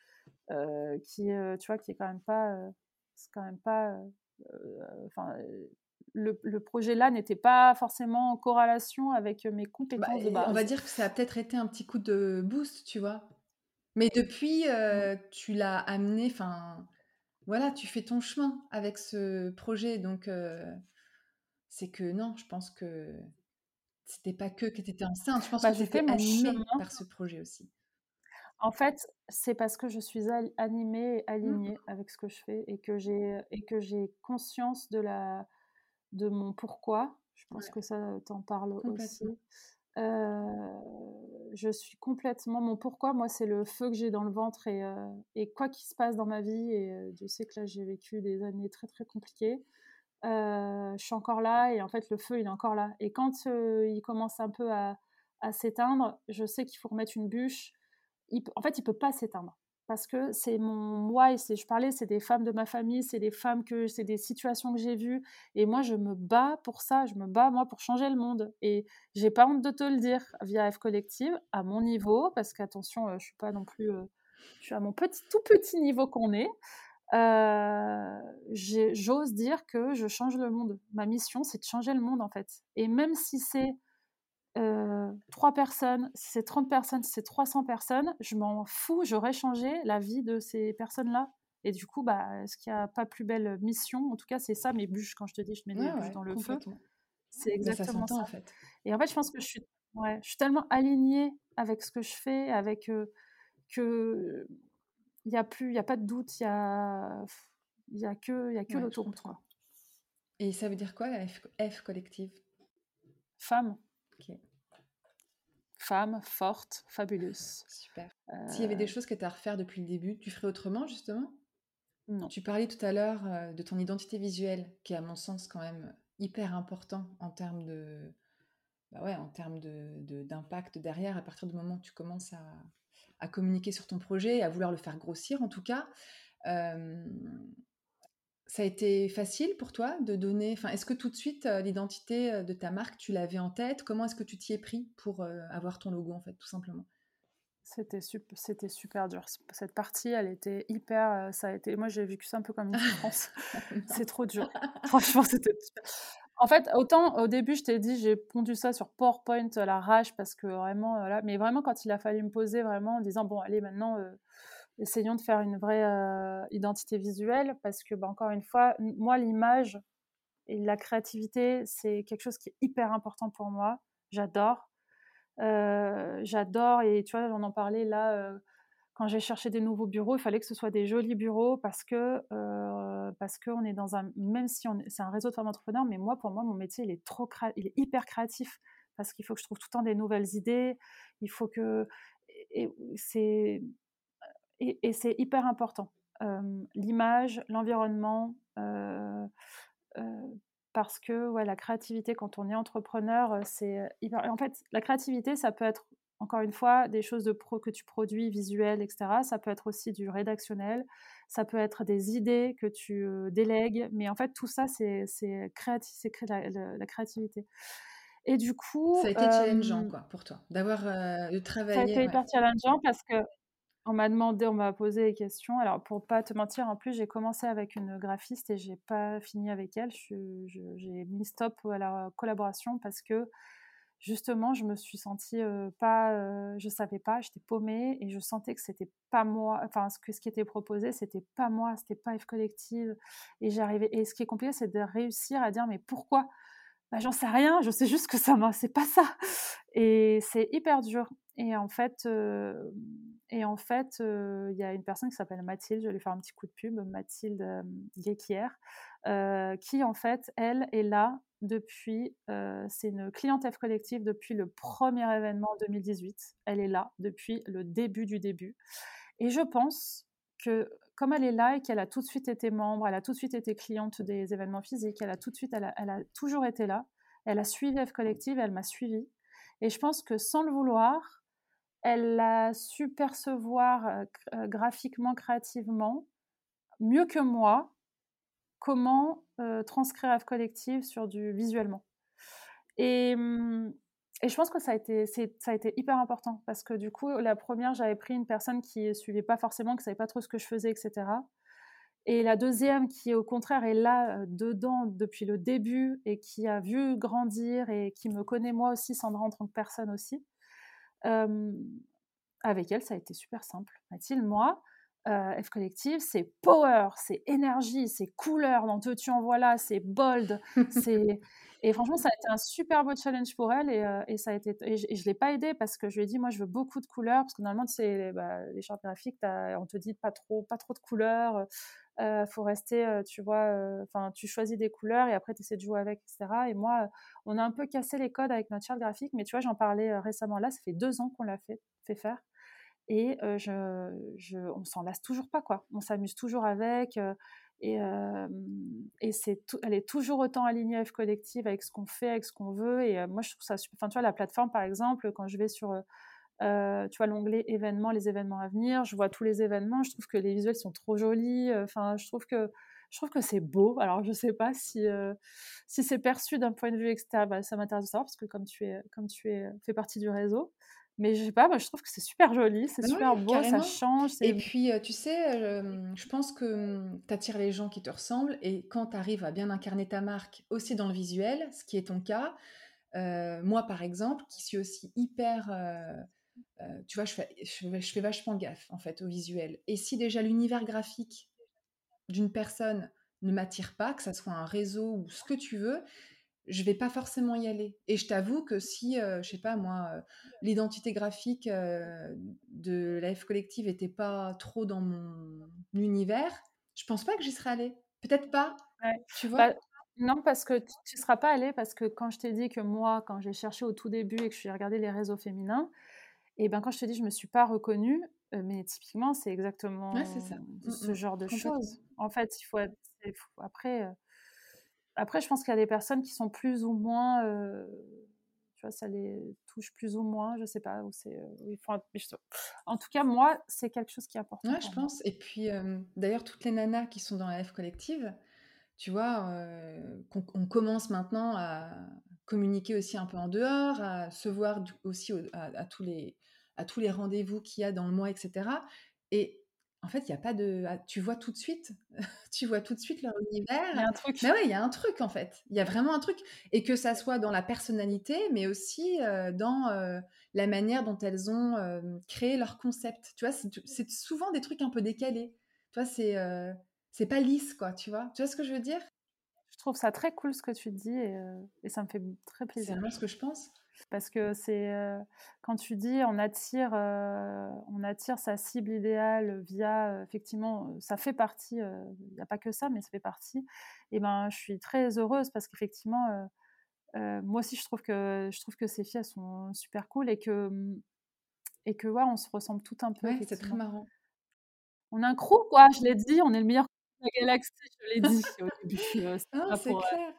tu vois, qui est quand même pas, c'est quand même pas, enfin, le projet là n'était pas forcément en corrélation avec, mes Bah, compétences de et on va base. dire que ça a peut-être été un petit coup de boost, tu vois? Mais depuis, Mmh. tu l'as amené enfin, voilà, tu fais ton chemin avec ce projet donc c'est que non, je pense que c'était pas que tu étais enceinte, je pense que Bah, tu j'ai fait étais mon animée chemin. par ce projet aussi. En fait, c'est parce que je suis animée et Mmh, alignée avec ce que je fais et que j'ai conscience de mon pourquoi. Je pense ouais, que ça t'en parle complètement. aussi. Heu, je suis complètement mon pourquoi, moi, c'est le feu que j'ai dans le ventre et quoi qu'il se passe dans ma vie et Dieu sait que là, j'ai vécu des années très, très compliquées, je suis encore là et en fait, le feu, il est encore là et quand, il commence un peu à s'éteindre, je sais qu'il faut remettre une bûche. En fait, il peut pas s'éteindre parce que c'est mon why, c'est des femmes de ma famille, c'est des situations que j'ai vues et moi je me bats pour ça, je me bats moi pour changer le monde et j'ai pas honte de te le dire via F Collective, à mon niveau parce qu'attention, je suis pas non plus, je suis à mon tout petit niveau qu'on est, j'ose dire que je change le monde. Ma mission, c'est de changer le monde en fait et même si c'est 3 personnes, si c'est 30 personnes, si c'est 300 personnes, je m'en fous, j'aurais changé la vie de ces personnes-là et du coup, bah, est-ce qu'il y a pas plus belle mission? En tout cas, c'est ça mes bûches, quand je te dis: «Je mets des Ouais, bûches ouais, dans le feu», complètement. c'est Bah, ça exactement s'entend, ça en fait. et en fait, je pense que je suis tellement alignée avec ce que je fais, que il y a pas de doute, il y a que Ouais, je l'autoroute, comprends quoi. et ça veut dire quoi la F collective? Femme, OK, femme, forte, fabuleuse. super. S'il y avait des Heu, choses que tu as à refaire depuis le début, tu ferais autrement, justement? non. Tu parlais tout à l'heure, de ton identité visuelle qui est à mon sens quand même hyper important en termes de bah, ouais, en termes d'impact derrière à partir du moment où tu commences à communiquer sur ton projet et à vouloir le faire grossir en tout cas. Hem, ça a été facile pour toi de donner enfin, est-ce que tout de suite, l'identité, de ta marque, tu l'avais en tête? Comment est-ce que tu t'y es pris pour, avoir ton logo en fait, tout simplement? C'était super dur. Cette partie, elle était hyper, ça a été moi, j'ai vécu ça un peu comme une souffrance. C'est trop dur. Franchement, c'était super. En fait, autant au début, je t'ai dit, j'ai pondu ça sur PowerPoint à l'arrache parce que vraiment, là mais vraiment quand il a fallu me poser vraiment en disant: «Bon allez maintenant, essayons de faire une vraie, identité visuelle» parce que, bah, encore une fois, moi l'image et la créativité, c'est quelque chose qui est hyper important pour moi. J'adore. J'adore et tu vois, on en parlait là, quand j'ai cherché des nouveaux bureaux, il fallait que ce soit des jolis bureaux parce qu'on est dans un même si c'est un réseau de femmes entrepreneurs, mais moi, pour moi, mon métier, il est hyper créatif parce qu'il faut que je trouve tout le temps des nouvelles idées. Il faut que et c'est c'est hyper important. L'image, l'environnement, parce que, ouais, la créativité quand on est entrepreneur, c'est, hyper en fait, la créativité, ça peut être, encore une fois, des choses que tu produis, visuelles et cetera. Ça peut être aussi du rédactionnel, ça peut être des idées que tu, délègues, mais en fait, tout ça, c'est créatif, c'est cré la créativité Et du coup, Ça a été challengeant, quoi, pour toi, d'avoir, de ça a travailler été ouais. hyper challengeant parce qu'on m'a posé des questions. Alors pour pas te mentir, en plus, j'ai commencé avec une graphiste et j'ai pas fini avec elle. J'ai mis stop à la collaboration parce que justement, je me suis sentie, pas, je savais pas, j'étais paumée et je sentais que c'était pas moi, enfin ce qui était proposé, c'était pas moi, c'était pas F Collective et ce qui est compliqué, c'est de réussir à dire: «Mais pourquoi?» Bah, j'en sais rien, je sais juste que c'est pas ça et c'est hyper dur il y a une personne qui s'appelle Mathilde, je vais lui faire un petit coup de pub, Mathilde, Guéquière, qui en fait, elle est là depuis, c'est une cliente F Collective depuis le premier événement en 2018. Elle est là depuis le début du début et je pense que comme elle est là et qu'elle a tout de suite été membre, elle a tout de suite été cliente des événements physiques, elle a toujours été là, elle a suivi F Collective, elle m'a suivie et je pense que sans le vouloir, elle a su percevoir, graphiquement, créativement, mieux que moi, comment, transcrire F Collective sur du visuellement et et je pense que ça a été hyper important parce que du coup, la première, j'avais pris une personne qui suivait pas forcément, qui savait pas trop ce que je faisais et cetera et la deuxième qui, au contraire, est là, dedans depuis le début et qui a vu grandir et qui me connaît moi aussi, Sandra, en tant que personne aussi. Hem Avec elle, ça a été super simple. Mathilde, moi, F Collective, c'est power, c'est énergie, c'est couleur, dans Deux tu en voilà, c'est bold, c'est et franchement, ça a été un super beau challenge pour elle et ça a été et je l'ai pas aidée parce que je lui ai dit: «Moi, je veux beaucoup de couleurs» parce que normalement, tu sais, bah, les chartes graphiques, on te dit pas trop de couleurs, faut rester, tu vois, enfin, tu choisis des couleurs et après tu essaies de jouer avec et cetera et moi, on a un peu cassé les codes avec notre charte graphique mais tu vois, j'en parlais, récemment là, ça fait 2 ans qu'on l'a fait faire et on s'en lasse toujours pas, quoi. On s'amuse toujours avec, et elle est toujours autant alignée F Collective avec ce qu'on fait, avec ce qu'on veut et moi je trouve ça enfin, tu vois, la plateforme, par exemple, quand je vais sur, tu vois, l'onglet événements, les événements à venir, je vois tous les événements, je trouve que les visuels sont trop jolis, enfin, je trouve que c'est beau. Alors je sais pas si c'est perçu d'un point de vue extérieur, bah, ça m'intéresse de savoir parce que comme tu es, fais partie du réseau. Mais je sais pas, moi je trouve que c'est super joli, c'est Bah, super ouais, beau, ça carrément change, et c'est puis, tu sais, je pense que, tu attires les gens qui te ressemblent et quand tu arrives à bien incarner ta marque aussi dans le visuel, ce qui est ton cas, moi, par exemple, qui suis aussi hyper, tu vois, je fais vachement gaffe, en fait, au visuel et si déjà l'univers graphique d'une personne ne m'attire pas, que ça soit un réseau ou ce que tu veux, je vais pas forcément y aller. Et je t'avoue que si, je sais pas moi, l'identité graphique de la F Collective était pas trop dans mon univers, je pense pas que j'y serais allée. Peut-être pas, ouais. tu vois? Bah, non, parce que tu seras pas allée parce que quand je t'ai dit que moi, quand j'ai cherché au tout début et que j'ai regardé les réseaux féminins et ben, quand je te dis: «Je me suis pas reconnue», mais typiquement, c'est Ouais, c'est exactement ça. ce genre de Complètement. choses. En fait, il faut après je pense qu'il y a des personnes qui sont plus ou moins, tu vois, ça les touche plus ou moins, je sais pas, ou c'est, il faut en tout cas, moi, c'est quelque chose qui est important Ouais, je pour moi. pense et puis, d'ailleurs toutes les nanas qui sont dans la F Collective, tu vois, qu'on commence maintenant à communiquer aussi un peu en dehors, à se voir aussi à tous les rendez-vous qu'il y a dans le mois, etc. Et en fait, il y a pas de. Tu vois tout de suite, tu vois tout de suite leur Il y a univers. un truc. Mais ouais, il y a un truc en fait. Il y a vraiment un truc. Et que ça soit dans la personnalité, mais aussi dans la manière dont elles ont créé leur concept. Tu vois, c'est souvent des trucs un peu décalés. Tu vois, c'est pas lisse, quoi, tu vois. Tu vois ce que je veux dire? Je trouve ça très cool ce que tu dis et ça me fait très C'est plaisir. vraiment ce que je pense. Parce que quand tu dis on attire sa cible idéale via, effectivement, ça fait partie, il y a pas que ça, mais ça fait partie et ben, je suis très heureuse parce qu'effectivement, moi aussi je trouve que ces filles, elles sont super cool et que ouais, on se ressemble toutes un peu Ouais, c'est très effectivement. marrant. On a un crew quoi, je l'ai dit, on est le meilleur crew de la galaxie, je l'ai dit au début, c'était Non, pas c'est pour, clair.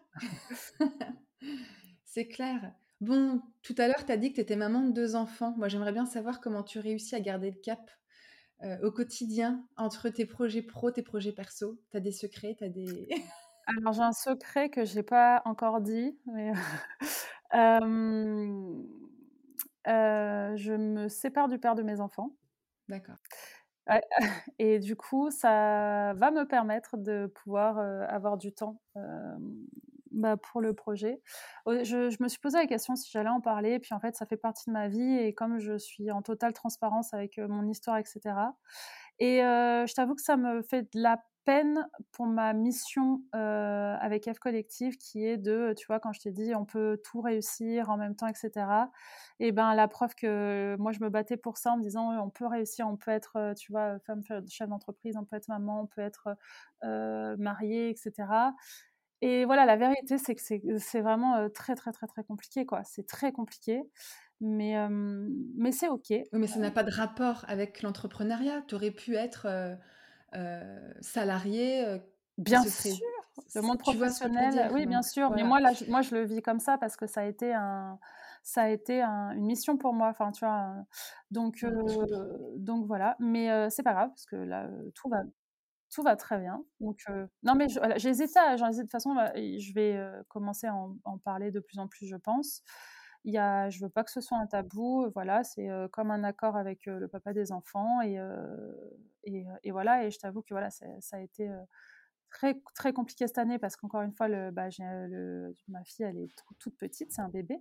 C'est clair. Bon, tout à l'heure, tu as dit que tu étais maman de 2 enfants. Moi, j'aimerais bien savoir comment tu réussis à garder le cap, au quotidien entre tes projets pro, tes projets perso. Tu as des secrets, tu as des alors j'ai un secret que j'ai pas encore dit, mais Hem, je me sépare du père de mes enfants. D'accord. Ouais, et du coup, ça va me permettre de pouvoir, avoir du temps, bah, pour le projet. Je me suis posé la question si j'allais en parler, puis en fait, ça fait partie de ma vie et comme je suis en totale transparence avec, mon histoire et cetera et je t'avoue que ça me fait de la peine pour ma mission, avec F Collective qui est de, tu vois, quand je t'ai dit: «On peut tout réussir en même temps» et cetera et ben, la preuve que moi, je me battais pour ça en me disant: «On peut réussir, on peut être, tu vois, femme chef d'entreprise, on peut être maman, on peut être, mariée et cetera» et voilà, la vérité, c'est que c'est vraiment, très, très, très, très compliqué, quoi. C'est très compliqué, mais c'est OK. Oui, mais ça n'a pas de rapport avec l'entrepreneuriat. Tu aurais pu être, salarié, qui Bien se sûr, serait le monde tu vois ce que je veux professionnel, dire? oui, bien Donc sûr, mais voilà. moi, je le vis comme ça parce que ça a été une mission pour moi, enfin, tu vois? Donc Je comprends. voilà, mais c'est pas grave parce que là, tout va très bien, donc non, mais voilà, j'hésite de toute façon, et je vais, commencer à en parler de plus en plus, je pense. Je veux pas que ce soit un tabou, voilà, c'est, comme un accord avec, le papa des enfants et voilà et je t'avoue que voilà, ça a été, très très compliqué cette année parce qu'encore une fois ma fille elle est toute petite, c'est un bébé.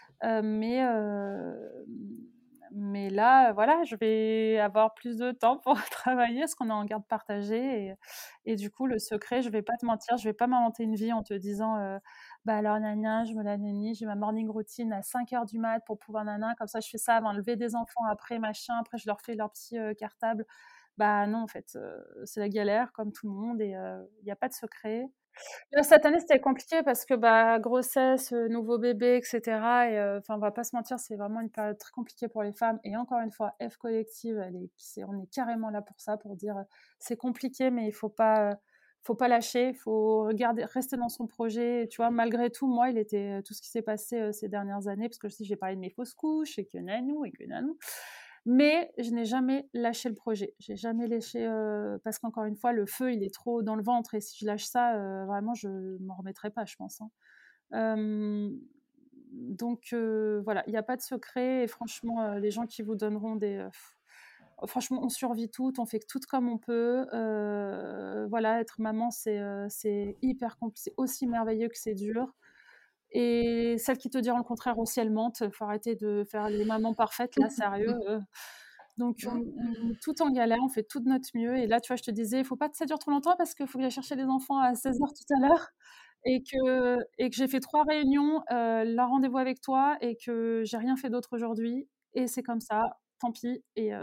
Mais là, voilà, je vais avoir plus de temps pour travailler parce qu'on est en garde partagée et du coup le secret, je vais pas te mentir, je vais pas m'inventer une vie en te disant, «Bah alors gna gna, je me la nini, j'ai ma morning routine à 5 heures du mat pour pouvoir nana, comme ça je fais ça avant le lever des enfants, après machin, après je leur fais leur petit, cartable». Bah non, en fait, c'est la galère comme tout le monde et il y a pas de secret. Là, cette année, c'était compliqué parce que, bah, grossesse, nouveau bébé et cetera et enfin, on va pas se mentir, c'est vraiment une période très compliquée pour les femmes et encore une fois, F Collective, on est carrément là pour ça, pour dire, c'est compliqué mais il faut pas lâcher, il faut rester dans son projet, tu vois? Malgré tout, moi, il était, tout ce qui s'est passé, ces dernières années parce que je sais, j'ai parlé de mes fausses couches et que nanou et que nanou. Mais je n'ai jamais lâché le projet. J'ai jamais lâché, parce qu'encore une fois, le feu, il est trop dans le ventre et si je lâche ça, vraiment, je m'en remettrai pas, je pense, hein. Hem, donc voilà, il y a pas de secret et franchement, les gens qui vous donneront franchement, on survit toutes, on fait toutes comme on peut. Voilà, être maman, c'est hyper compli c'est aussi merveilleux que c'est dur et celles qui te diront le contraire aussi, elles mentent. Faut arrêter de faire les mamans parfaites là, sérieux, donc on est toutes en galère, on fait tout de notre mieux et là, tu vois, je te disais: «Il faut pas que ça dure trop longtemps parce qu'il faut que j'aille chercher les enfants à 16 heures tout à l'heure et que j'ai fait 3 réunions, là, rendez-vous avec toi et que j'ai rien fait d'autre aujourd'hui et c'est comme ça, tant pis» et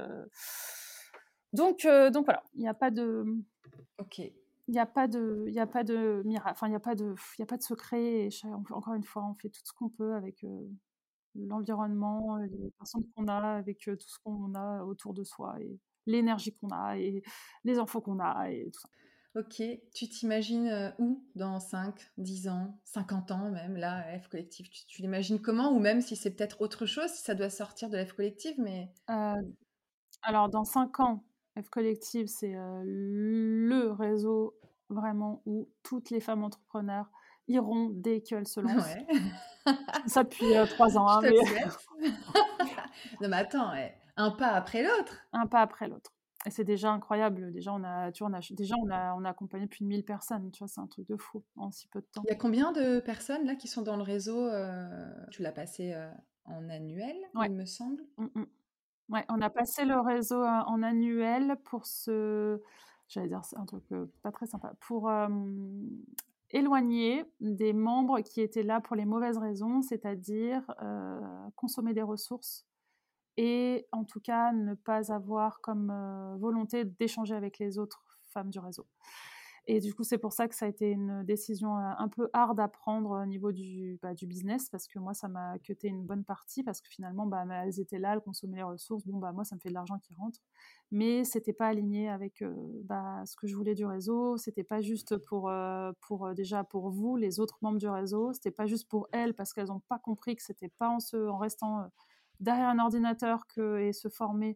donc voilà, OK. il y a pas de enfin, il y a pas de secret et encore une fois, on fait tout ce qu'on peut avec, l'environnement, les personnes qu'on a, avec, tout ce qu'on a autour de soi et l'énergie qu'on a et les enfants qu'on a et tout ça. OK. Tu t'imagines, où dans 5, 10 ans, 50 ans même, là, F Collective? Tu l'imagines comment? Ou même si c'est peut-être autre chose, si ça doit sortir de F Collective, mais Alors dans 5 ans, F Collective, c'est, le réseau vraiment où toutes les femmes entrepreneurs iront dès qu'elles se lancent. ouais, Je dis ça depuis, 3 ans, je hein, te mais le souhaite. Non mais attends, un pas après l'autre. un pas après l'autre et c'est déjà incroyable. Déjà on a accompagné plus de 1000 personnes, tu vois? C'est un truc de fou en si peu de temps. Il y a combien de personnes là qui sont dans le réseau, tu l'as passé, en annuel, Ouais. il me semble? Mmh mh. Ouais, on a passé le réseau, en annuel pour j'allais dire c'est un truc, pas très sympa, pour, éloigner des membres qui étaient là pour les mauvaises raisons, c'est-à-dire, consommer des ressources et en tout cas ne pas avoir comme, volonté d'échanger avec les autres femmes du réseau. Et du coup, c'est pour ça que ça a été une décision, un peu hard à prendre au niveau du business parce que moi, ça m'a cuté une bonne partie parce que finalement, bah, elles étaient là, elles consommaient les ressources. Bon, bah, moi, ça me fait de l'argent qui rentre. Mais c'était pas aligné avec, bah, ce que je voulais du réseau. C'était pas juste déjà pour vous, les autres membres du réseau. C'était pas juste pour elles parce qu'elles ont pas compris que c'était pas en restant, derrière un ordinateur et se former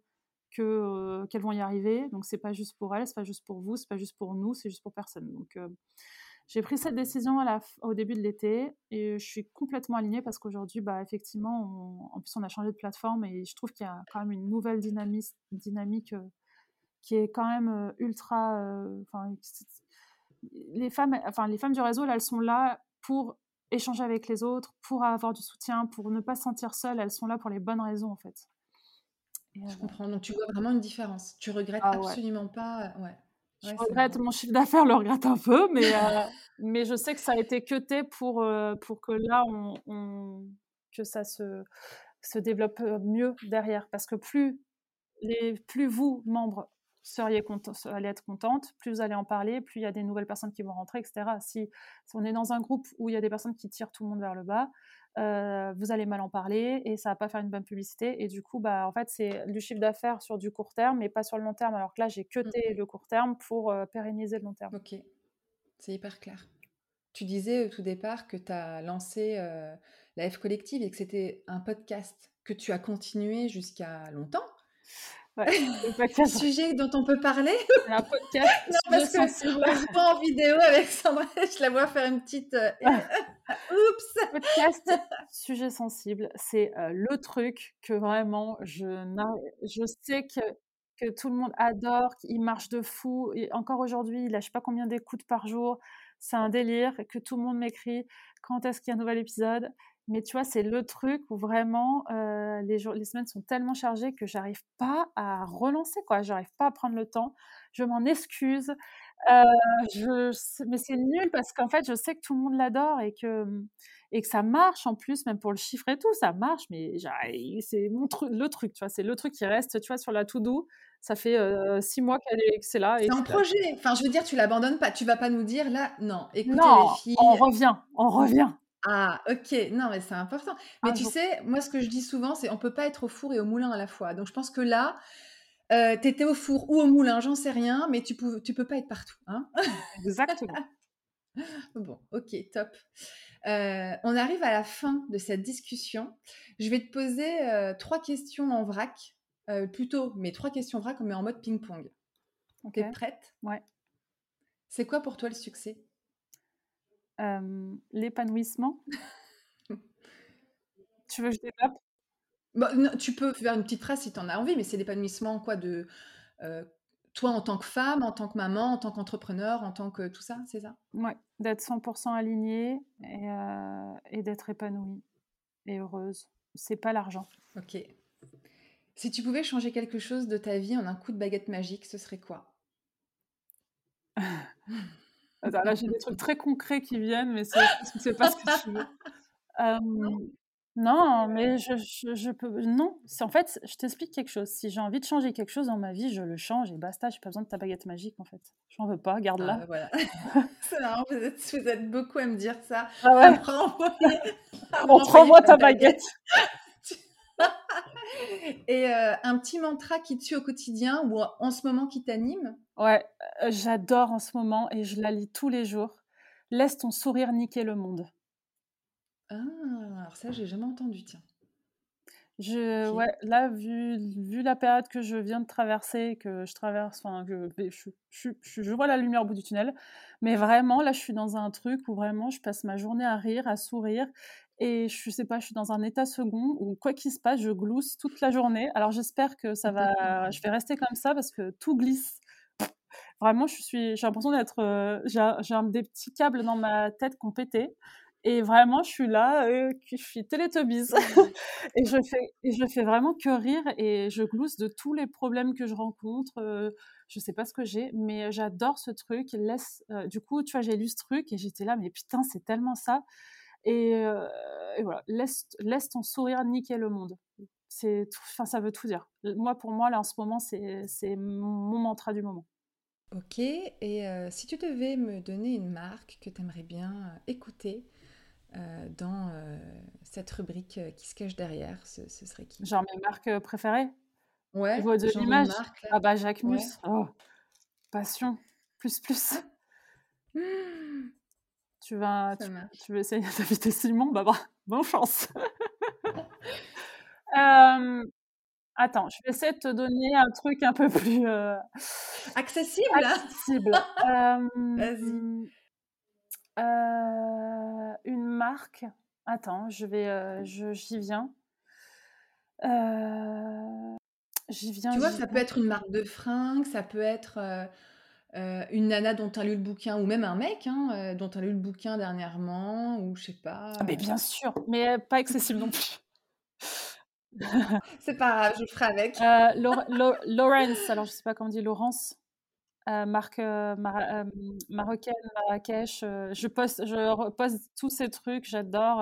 qu'elles vont y arriver. Donc c'est pas juste pour elles, c'est pas juste pour vous, c'est pas juste pour nous, c'est juste pour personne. Donc J'ai pris cette décision au début de l'été et je suis complètement alignée parce qu'aujourd'hui, bah, effectivement, en plus, on a changé de plateforme et je trouve qu'il y a quand même une nouvelle dynamique qui est quand même ultra. Enfin, les femmes du réseau, là, elles sont là pour échanger avec les autres, pour avoir du soutien, pour ne pas se sentir seules. Elles sont là pour les bonnes raisons, en fait. Et, Je comprends. Donc, tu vois vraiment une différence. Tu regrettes ah ouais. absolument pas. Ouais, Je ouais, c'est regrette marrant. mon chiffre d'affaires, le regrette un peu, mais je sais que ça a été cuté pour que là, que ça se développe mieux derrière. Parce que plus vous, membres, allez être contentes, plus vous allez en parler, plus il y a des nouvelles personnes qui vont rentrer, etc. Si on est dans un groupe où il y a des personnes qui tirent tout le monde vers le bas, vous allez mal en parler et ça va pas faire une bonne publicité. Et du coup, bah, en fait, c'est du chiffre d'affaires sur du court terme, mais pas sur le long terme. Alors que là, j'ai cuté le court terme pour pérenniser le long terme. Ok, c'est hyper clair. Tu disais au tout départ que tu as lancé la F Collective et que c'était un podcast que tu as continué jusqu'à longtemps. Ouais, le podcast, Sujet dont on peut parler? c'est un podcast Non, sujet parce que sensible. on se voit en vidéo avec Sandra, je la vois faire une petite oups! Podcast sujet sensible, c'est le truc que vraiment je sais que tout le monde adore, qu'il marche de fou et encore aujourd'hui, il a je sais pas combien d'écoutes par jour. C'est un délire que tout le monde m'écrit: «Quand est-ce qu'il y a un nouvel épisode?» Mais tu vois, c'est le truc où vraiment, les semaines sont tellement chargées que j'arrive pas à relancer, quoi. J'arrive pas à prendre le temps. Je m'en excuse, mais c'est nul parce qu'en fait, je sais que tout le monde l'adore et que ça marche en plus, même pour le chiffre et tout, ça marche, mais c'est le truc, tu vois, c'est le truc qui reste, tu vois, sur la to-do. Ça fait 6 mois que c'est là et C'est que un c'est là. projet. Enfin, je veux dire, tu l'abandonnes pas. Tu vas pas nous dire là, non, écoutez les Non, on filles. revient, on revient Ah, ok, non, mais c'est important. Mais un tu jour. sais, moi, ce que je dis souvent, c'est on peut pas être au four et au moulin à la fois. Donc, je pense que là, tu étais au four ou au moulin, j'en sais rien, mais tu peux pas être partout, hein. Exactement. Bon, ok, top. On arrive à la fin de cette discussion. Je vais te poser 3 questions en vrac. Plutôt, mais 3 questions vrac, mais en mode ping-pong. OK, T'es prête? ouais. C'est quoi pour toi le succès? L'épanouissement. Tu veux que je développe? Bah, non, tu peux faire une petite phrase si tu en as envie, mais c'est l'épanouissement quoi de euh, toi en tant que femme, en tant que maman, en tant qu'entrepreneur, en tant que tout ça, c'est ça? Ouais, d'être 100 alignée et d'être épanouie et heureuse. C'est pas l'argent. Ok. Si tu pouvais changer quelque chose de ta vie en un coup de baguette magique, ce serait quoi? Attends, là, j'ai des trucs très concrets qui viennent, mais c'est pas ce que tu veux. Non. Non, mais je peux non, c'est en fait, je t'explique quelque chose. Si j'ai envie de changer quelque chose dans ma vie, je le change et basta, j'ai pas besoin de ta baguette magique, en fait. J'en veux pas, Ah garde-la. bah voilà. C'est marrant, vous êtes beaucoup à me dire ça, Ah à ouais, me renvoyer, à me on te renvoyer renvoie ta ta baguette. baguette. Et un petit mantra qui te suit au quotidien ou en ce moment qui t'anime? Ouais, j'adore en ce moment et je la lis tous les jours. «Laisse ton sourire niquer le monde». Ah, alors ça, j'ai jamais entendu, tiens. Ok. Ouais, là, vu la période que je viens de traverser, que je traverse, enfin, je vois la lumière au bout du tunnel, mais vraiment, là, je suis dans un truc où vraiment je passe ma journée à rire, à sourire et je sais pas, je suis dans un état second où quoi qu'il se passe, je glousse toute la journée. Alors j'espère que je vais rester comme ça parce que tout glisse. Vraiment, j'ai l'impression d'être, des petits câbles dans ma tête qui ont pété et vraiment je suis là, je suis Teletubbies et je fais vraiment que rire et je glousse de tous les problèmes que je rencontre, je sais pas ce que j'ai, mais j'adore ce truc. Du coup, tu vois, j'ai lu ce truc et j'étais là: «Mais putain, c'est tellement ça» et heu et voilà, laisse ton sourire niquer le monde. C'est tout, enfin, ça veut tout dire. Moi, pour moi, là, en ce moment, c'est mon mantra du moment. Ok, et si tu devais me donner une marque que tu aimerais bien écouter dans cette rubrique qui se cache derrière, ce serait qui? Genre mes marques, préférées? Au Ouais, niveau de genre une l'image? marque là. Ah bah, Jacquemus. Ouais. Oh, passion, plus, plus. Hmm, Tu vas ça marche. tu veux essayer d'inviter Simon? Bah, bonne chance. Hem, Attends, je vais essayer de te donner un truc un peu plus, Accessible, hein. accessible. Vas-y. Une marque, attends, j'y viens. Heu, j'y viens, Tu vois, j'y ça peut viens. être une marque de fringues, ça peut être, une nana dont tu as lu le bouquin ou même un mec, hein, dont tu as lu le bouquin dernièrement ou je sais Ah pas, beh, bien sûr, mais pas accessible non plus. c'est pas grave, je ferai avec. Lawrence, alors je sais pas comment on dit, Laurence, marque, marocaine, Marrakech, je reposte tous ces trucs, j'adore,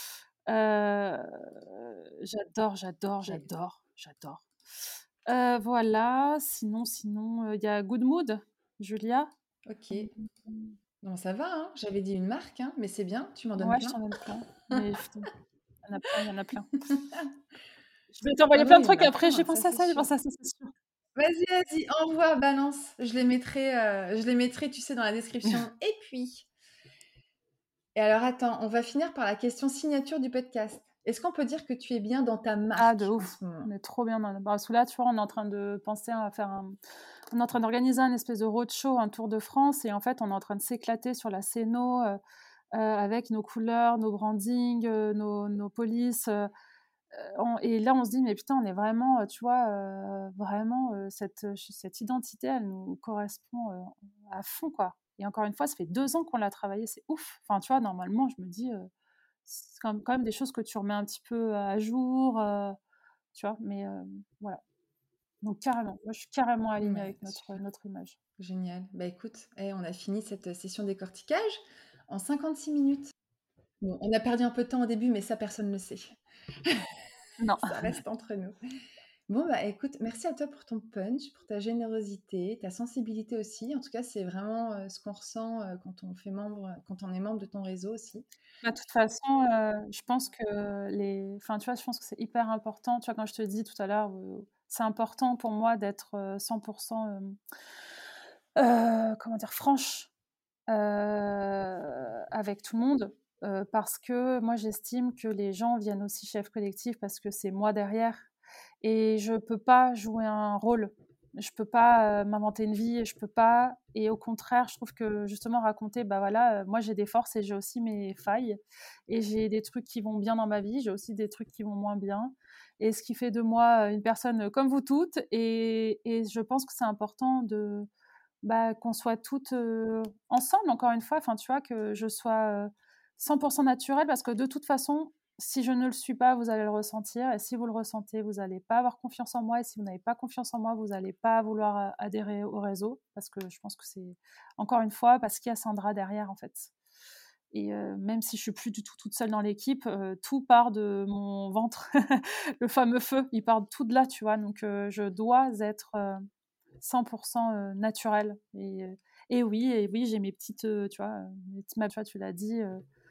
j'adore, j'adore, OK, j'adore, j'adore. Voilà, sinon, il y a Good Mood, Julia. OK. Mmh, Bon ça va, hein, j'avais dit une marque, hein, mais c'est bien, tu m'en donnes ouais, je plein. t'en donne plein, mais putain, il y en a plein, il y en a plein. Je vais Ah t'envoyer oui, plein de oui, il y en trucs a après, plein, j'ai ça pensé à c'est ça, j'ai sûr. pensé à ça, c'est sûr. Vas-y, vas-y, envoie, balance. Je les mettrai, tu sais, dans la description. Et puis, et alors attends, on va finir par la question signature du podcast. Est-ce qu'on peut dire que tu es bien dans ta Ah de marque en ouf, ce moment? on est trop bien dans le parce que là, tu vois, on est en train de penser à faire on est en train d'organiser un espèce de roadshow, un tour de France et en fait, on est en train de s'éclater sur la scéno, avec nos couleurs, nos brandings, nos polices, et là, on se dit: «Mais putain, on est vraiment, tu vois, vraiment, cette identité, elle nous correspond, à fond, quoi» et encore une fois, ça fait 2 ans qu'on l'a travaillé, c'est ouf. Enfin, tu vois, normalement, je me dis, c'est quand même des choses que tu remets un petit peu à jour, tu vois? Mais voilà, donc carrément, moi, je suis carrément alignée Ouais, avec super, notre image. génial. Bah écoute, on a fini cette session décortiquage en 56 minutes. Bon, on a perdu un peu de temps au début, mais ça, personne ne le sait. Non, Ça reste entre nous. Bon, bah écoute, merci à toi pour ton punch, pour ta générosité, ta sensibilité aussi. En tout cas, c'est vraiment ce qu'on ressent quand on est membre de ton réseau aussi. bah, de toute façon, je pense que enfin, tu vois, je pense que c'est hyper important, tu vois, quand je te dis tout à l'heure, c'est important pour moi d'être, 100 comment dire? Franche, avec tout le monde, parce que moi, j'estime que les gens viennent aussi chez F Collectif parce que c'est moi derrière et je peux pas jouer un rôle. Je peux pas, m'inventer une vie, je peux pas et au contraire, je trouve que justement raconter, bah, voilà, moi j'ai des forces et j'ai aussi mes failles et j'ai des trucs qui vont bien dans ma vie, j'ai aussi des trucs qui vont moins bien et ce qui fait de moi, une personne, comme vous toutes et je pense que c'est important de bah, qu'on soit toutes, ensemble encore une fois, enfin, tu vois? Que je sois, 100 naturelle parce que de toute façon, si je ne le suis pas, vous allez le ressentir et si vous le ressentez, vous allez pas avoir confiance en moi et si vous n'avez pas confiance en moi, vous allez pas vouloir, adhérer au réseau parce que je pense que c'est encore une fois, parce qu'il y a Sandra derrière, en fait et même si je suis plus du tout toute seule dans l'équipe, tout part de mon ventre, le fameux feu, il part tout de là, tu vois? Donc je dois être, 100 naturel et oui, j'ai mes petites, tu vois, mes petites tu vois, tu l'as dit,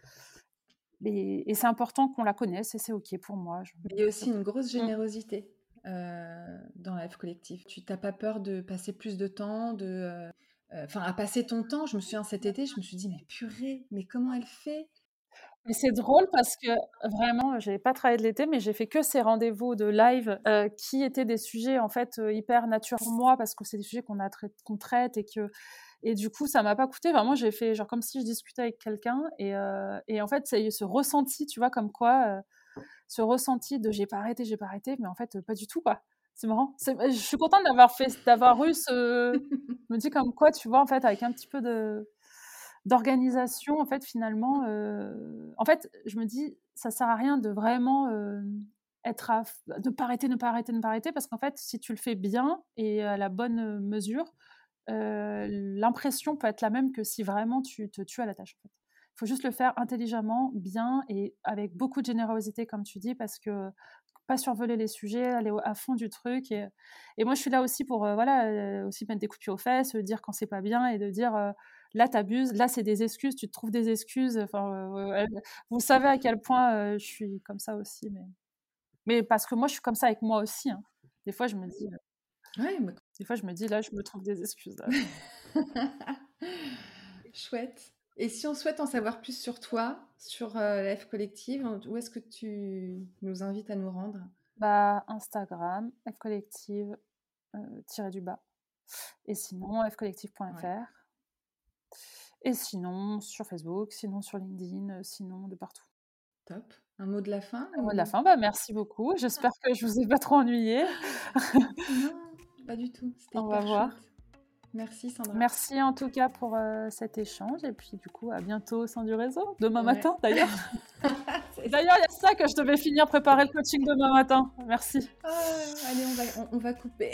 et c'est important qu'on la connaisse et c'est OK pour moi, je Mais il y a c'est aussi OK. une grosse Mmh. générosité dans la F collectif. Tu n'as pas peur de passer plus de temps, enfin, à passer ton temps. Je me souviens cet été, je me suis dit, mais purée, mais comment elle fait? Mais c'est drôle parce que vraiment, j'ai pas travaillé de l'été, mais j'ai fait que ces rendez-vous de live, qui étaient des sujets en fait, hyper naturels pour moi parce que c'est des sujets qu'on traite et du coup, ça m'a pas coûté. Vraiment, j'ai fait genre comme si je discutais avec quelqu'un et en fait, c'est ce ressenti, tu vois? Comme quoi, ce ressenti de j'ai pas arrêté, mais en fait, pas du tout, quoi. C'est marrant. Je suis contente d'avoir eu ce je me dis comme quoi, tu vois, en fait, avec un petit peu d'organisation, en fait, finalement, en fait, je me dis: «Ça sert à rien de vraiment, être à f ne pas arrêter, ne pas arrêter, ne pas arrêter» parce qu'en fait, si tu le fais bien et à la bonne, mesure, l'impression peut être la même que si vraiment tu te tues à la tâche, en fait. Il faut juste le faire intelligemment, bien et avec beaucoup de générosité, comme tu dis, parce que pas survoler les sujets, aller à fond du truc et moi, je suis là aussi pour, voilà, aussi mettre des coups de pied aux fesses, dire quand c'est pas bien et de dire, «Là, tu abuses, là, c'est des excuses, tu te trouves des excuses», enfin, vous savez à quel point, je suis comme ça aussi, mais parce que moi, je suis comme ça avec moi aussi, hein. Des fois, je me dis, Ouais, mais des fois, je me dis: «Là, je me trouve des excuses, là». chouette. Et si on souhaite en savoir plus sur toi, sur la F collective, où est-ce que tu nous invites à nous rendre? Bah, Instagram, fcollective, tiré du bas et sinon Ouais. fcollective.fr Et sinon, sur Facebook, sinon sur LinkedIn, sinon de partout. Top. Un mot de la fin Le mot de la ou... fin, merci beaucoup. J'espère que je vous ai pas trop ennuyé. Non, pas du tout. C'était On va hyper voir. chouette. Merci Sandra. Merci en tout cas pour cet échange. Et puis du coup, à bientôt au sein du réseau. Demain Ouais. matin, d'ailleurs. D'ailleurs, il y a ça que je devais finir préparer le coaching demain matin. Merci. Allez, on va couper.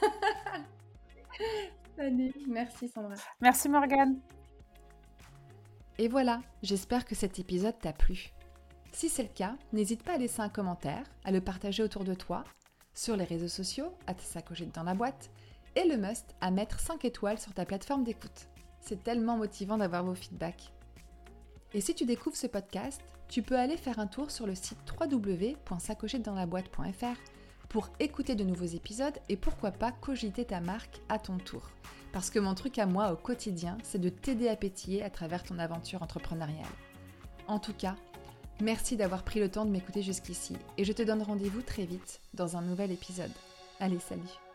Allez, merci Sandra. Merci Morgane. Et voilà, j'espère que cet épisode t'a plu. Si c'est le cas, n'hésite pas à laisser un commentaire, à le partager autour de toi, sur les réseaux sociaux, @sacogite dans la boîte, et le must, à mettre 5 étoiles sur ta plateforme d'écoute. C'est tellement motivant d'avoir vos feedbacks. Et si tu découvres ce podcast, tu peux aller faire un tour sur le site www.sacogitedantlaboîte.fr pour écouter de nouveaux épisodes et pourquoi pas cogiter ta marque à ton tour. Parce que mon truc à moi au quotidien, c'est de t'aider à pétiller à travers ton aventure entrepreneuriale. En tout cas, merci d'avoir pris le temps de m'écouter jusqu'ici et je te donne rendez-vous très vite dans un nouvel épisode. Allez, salut!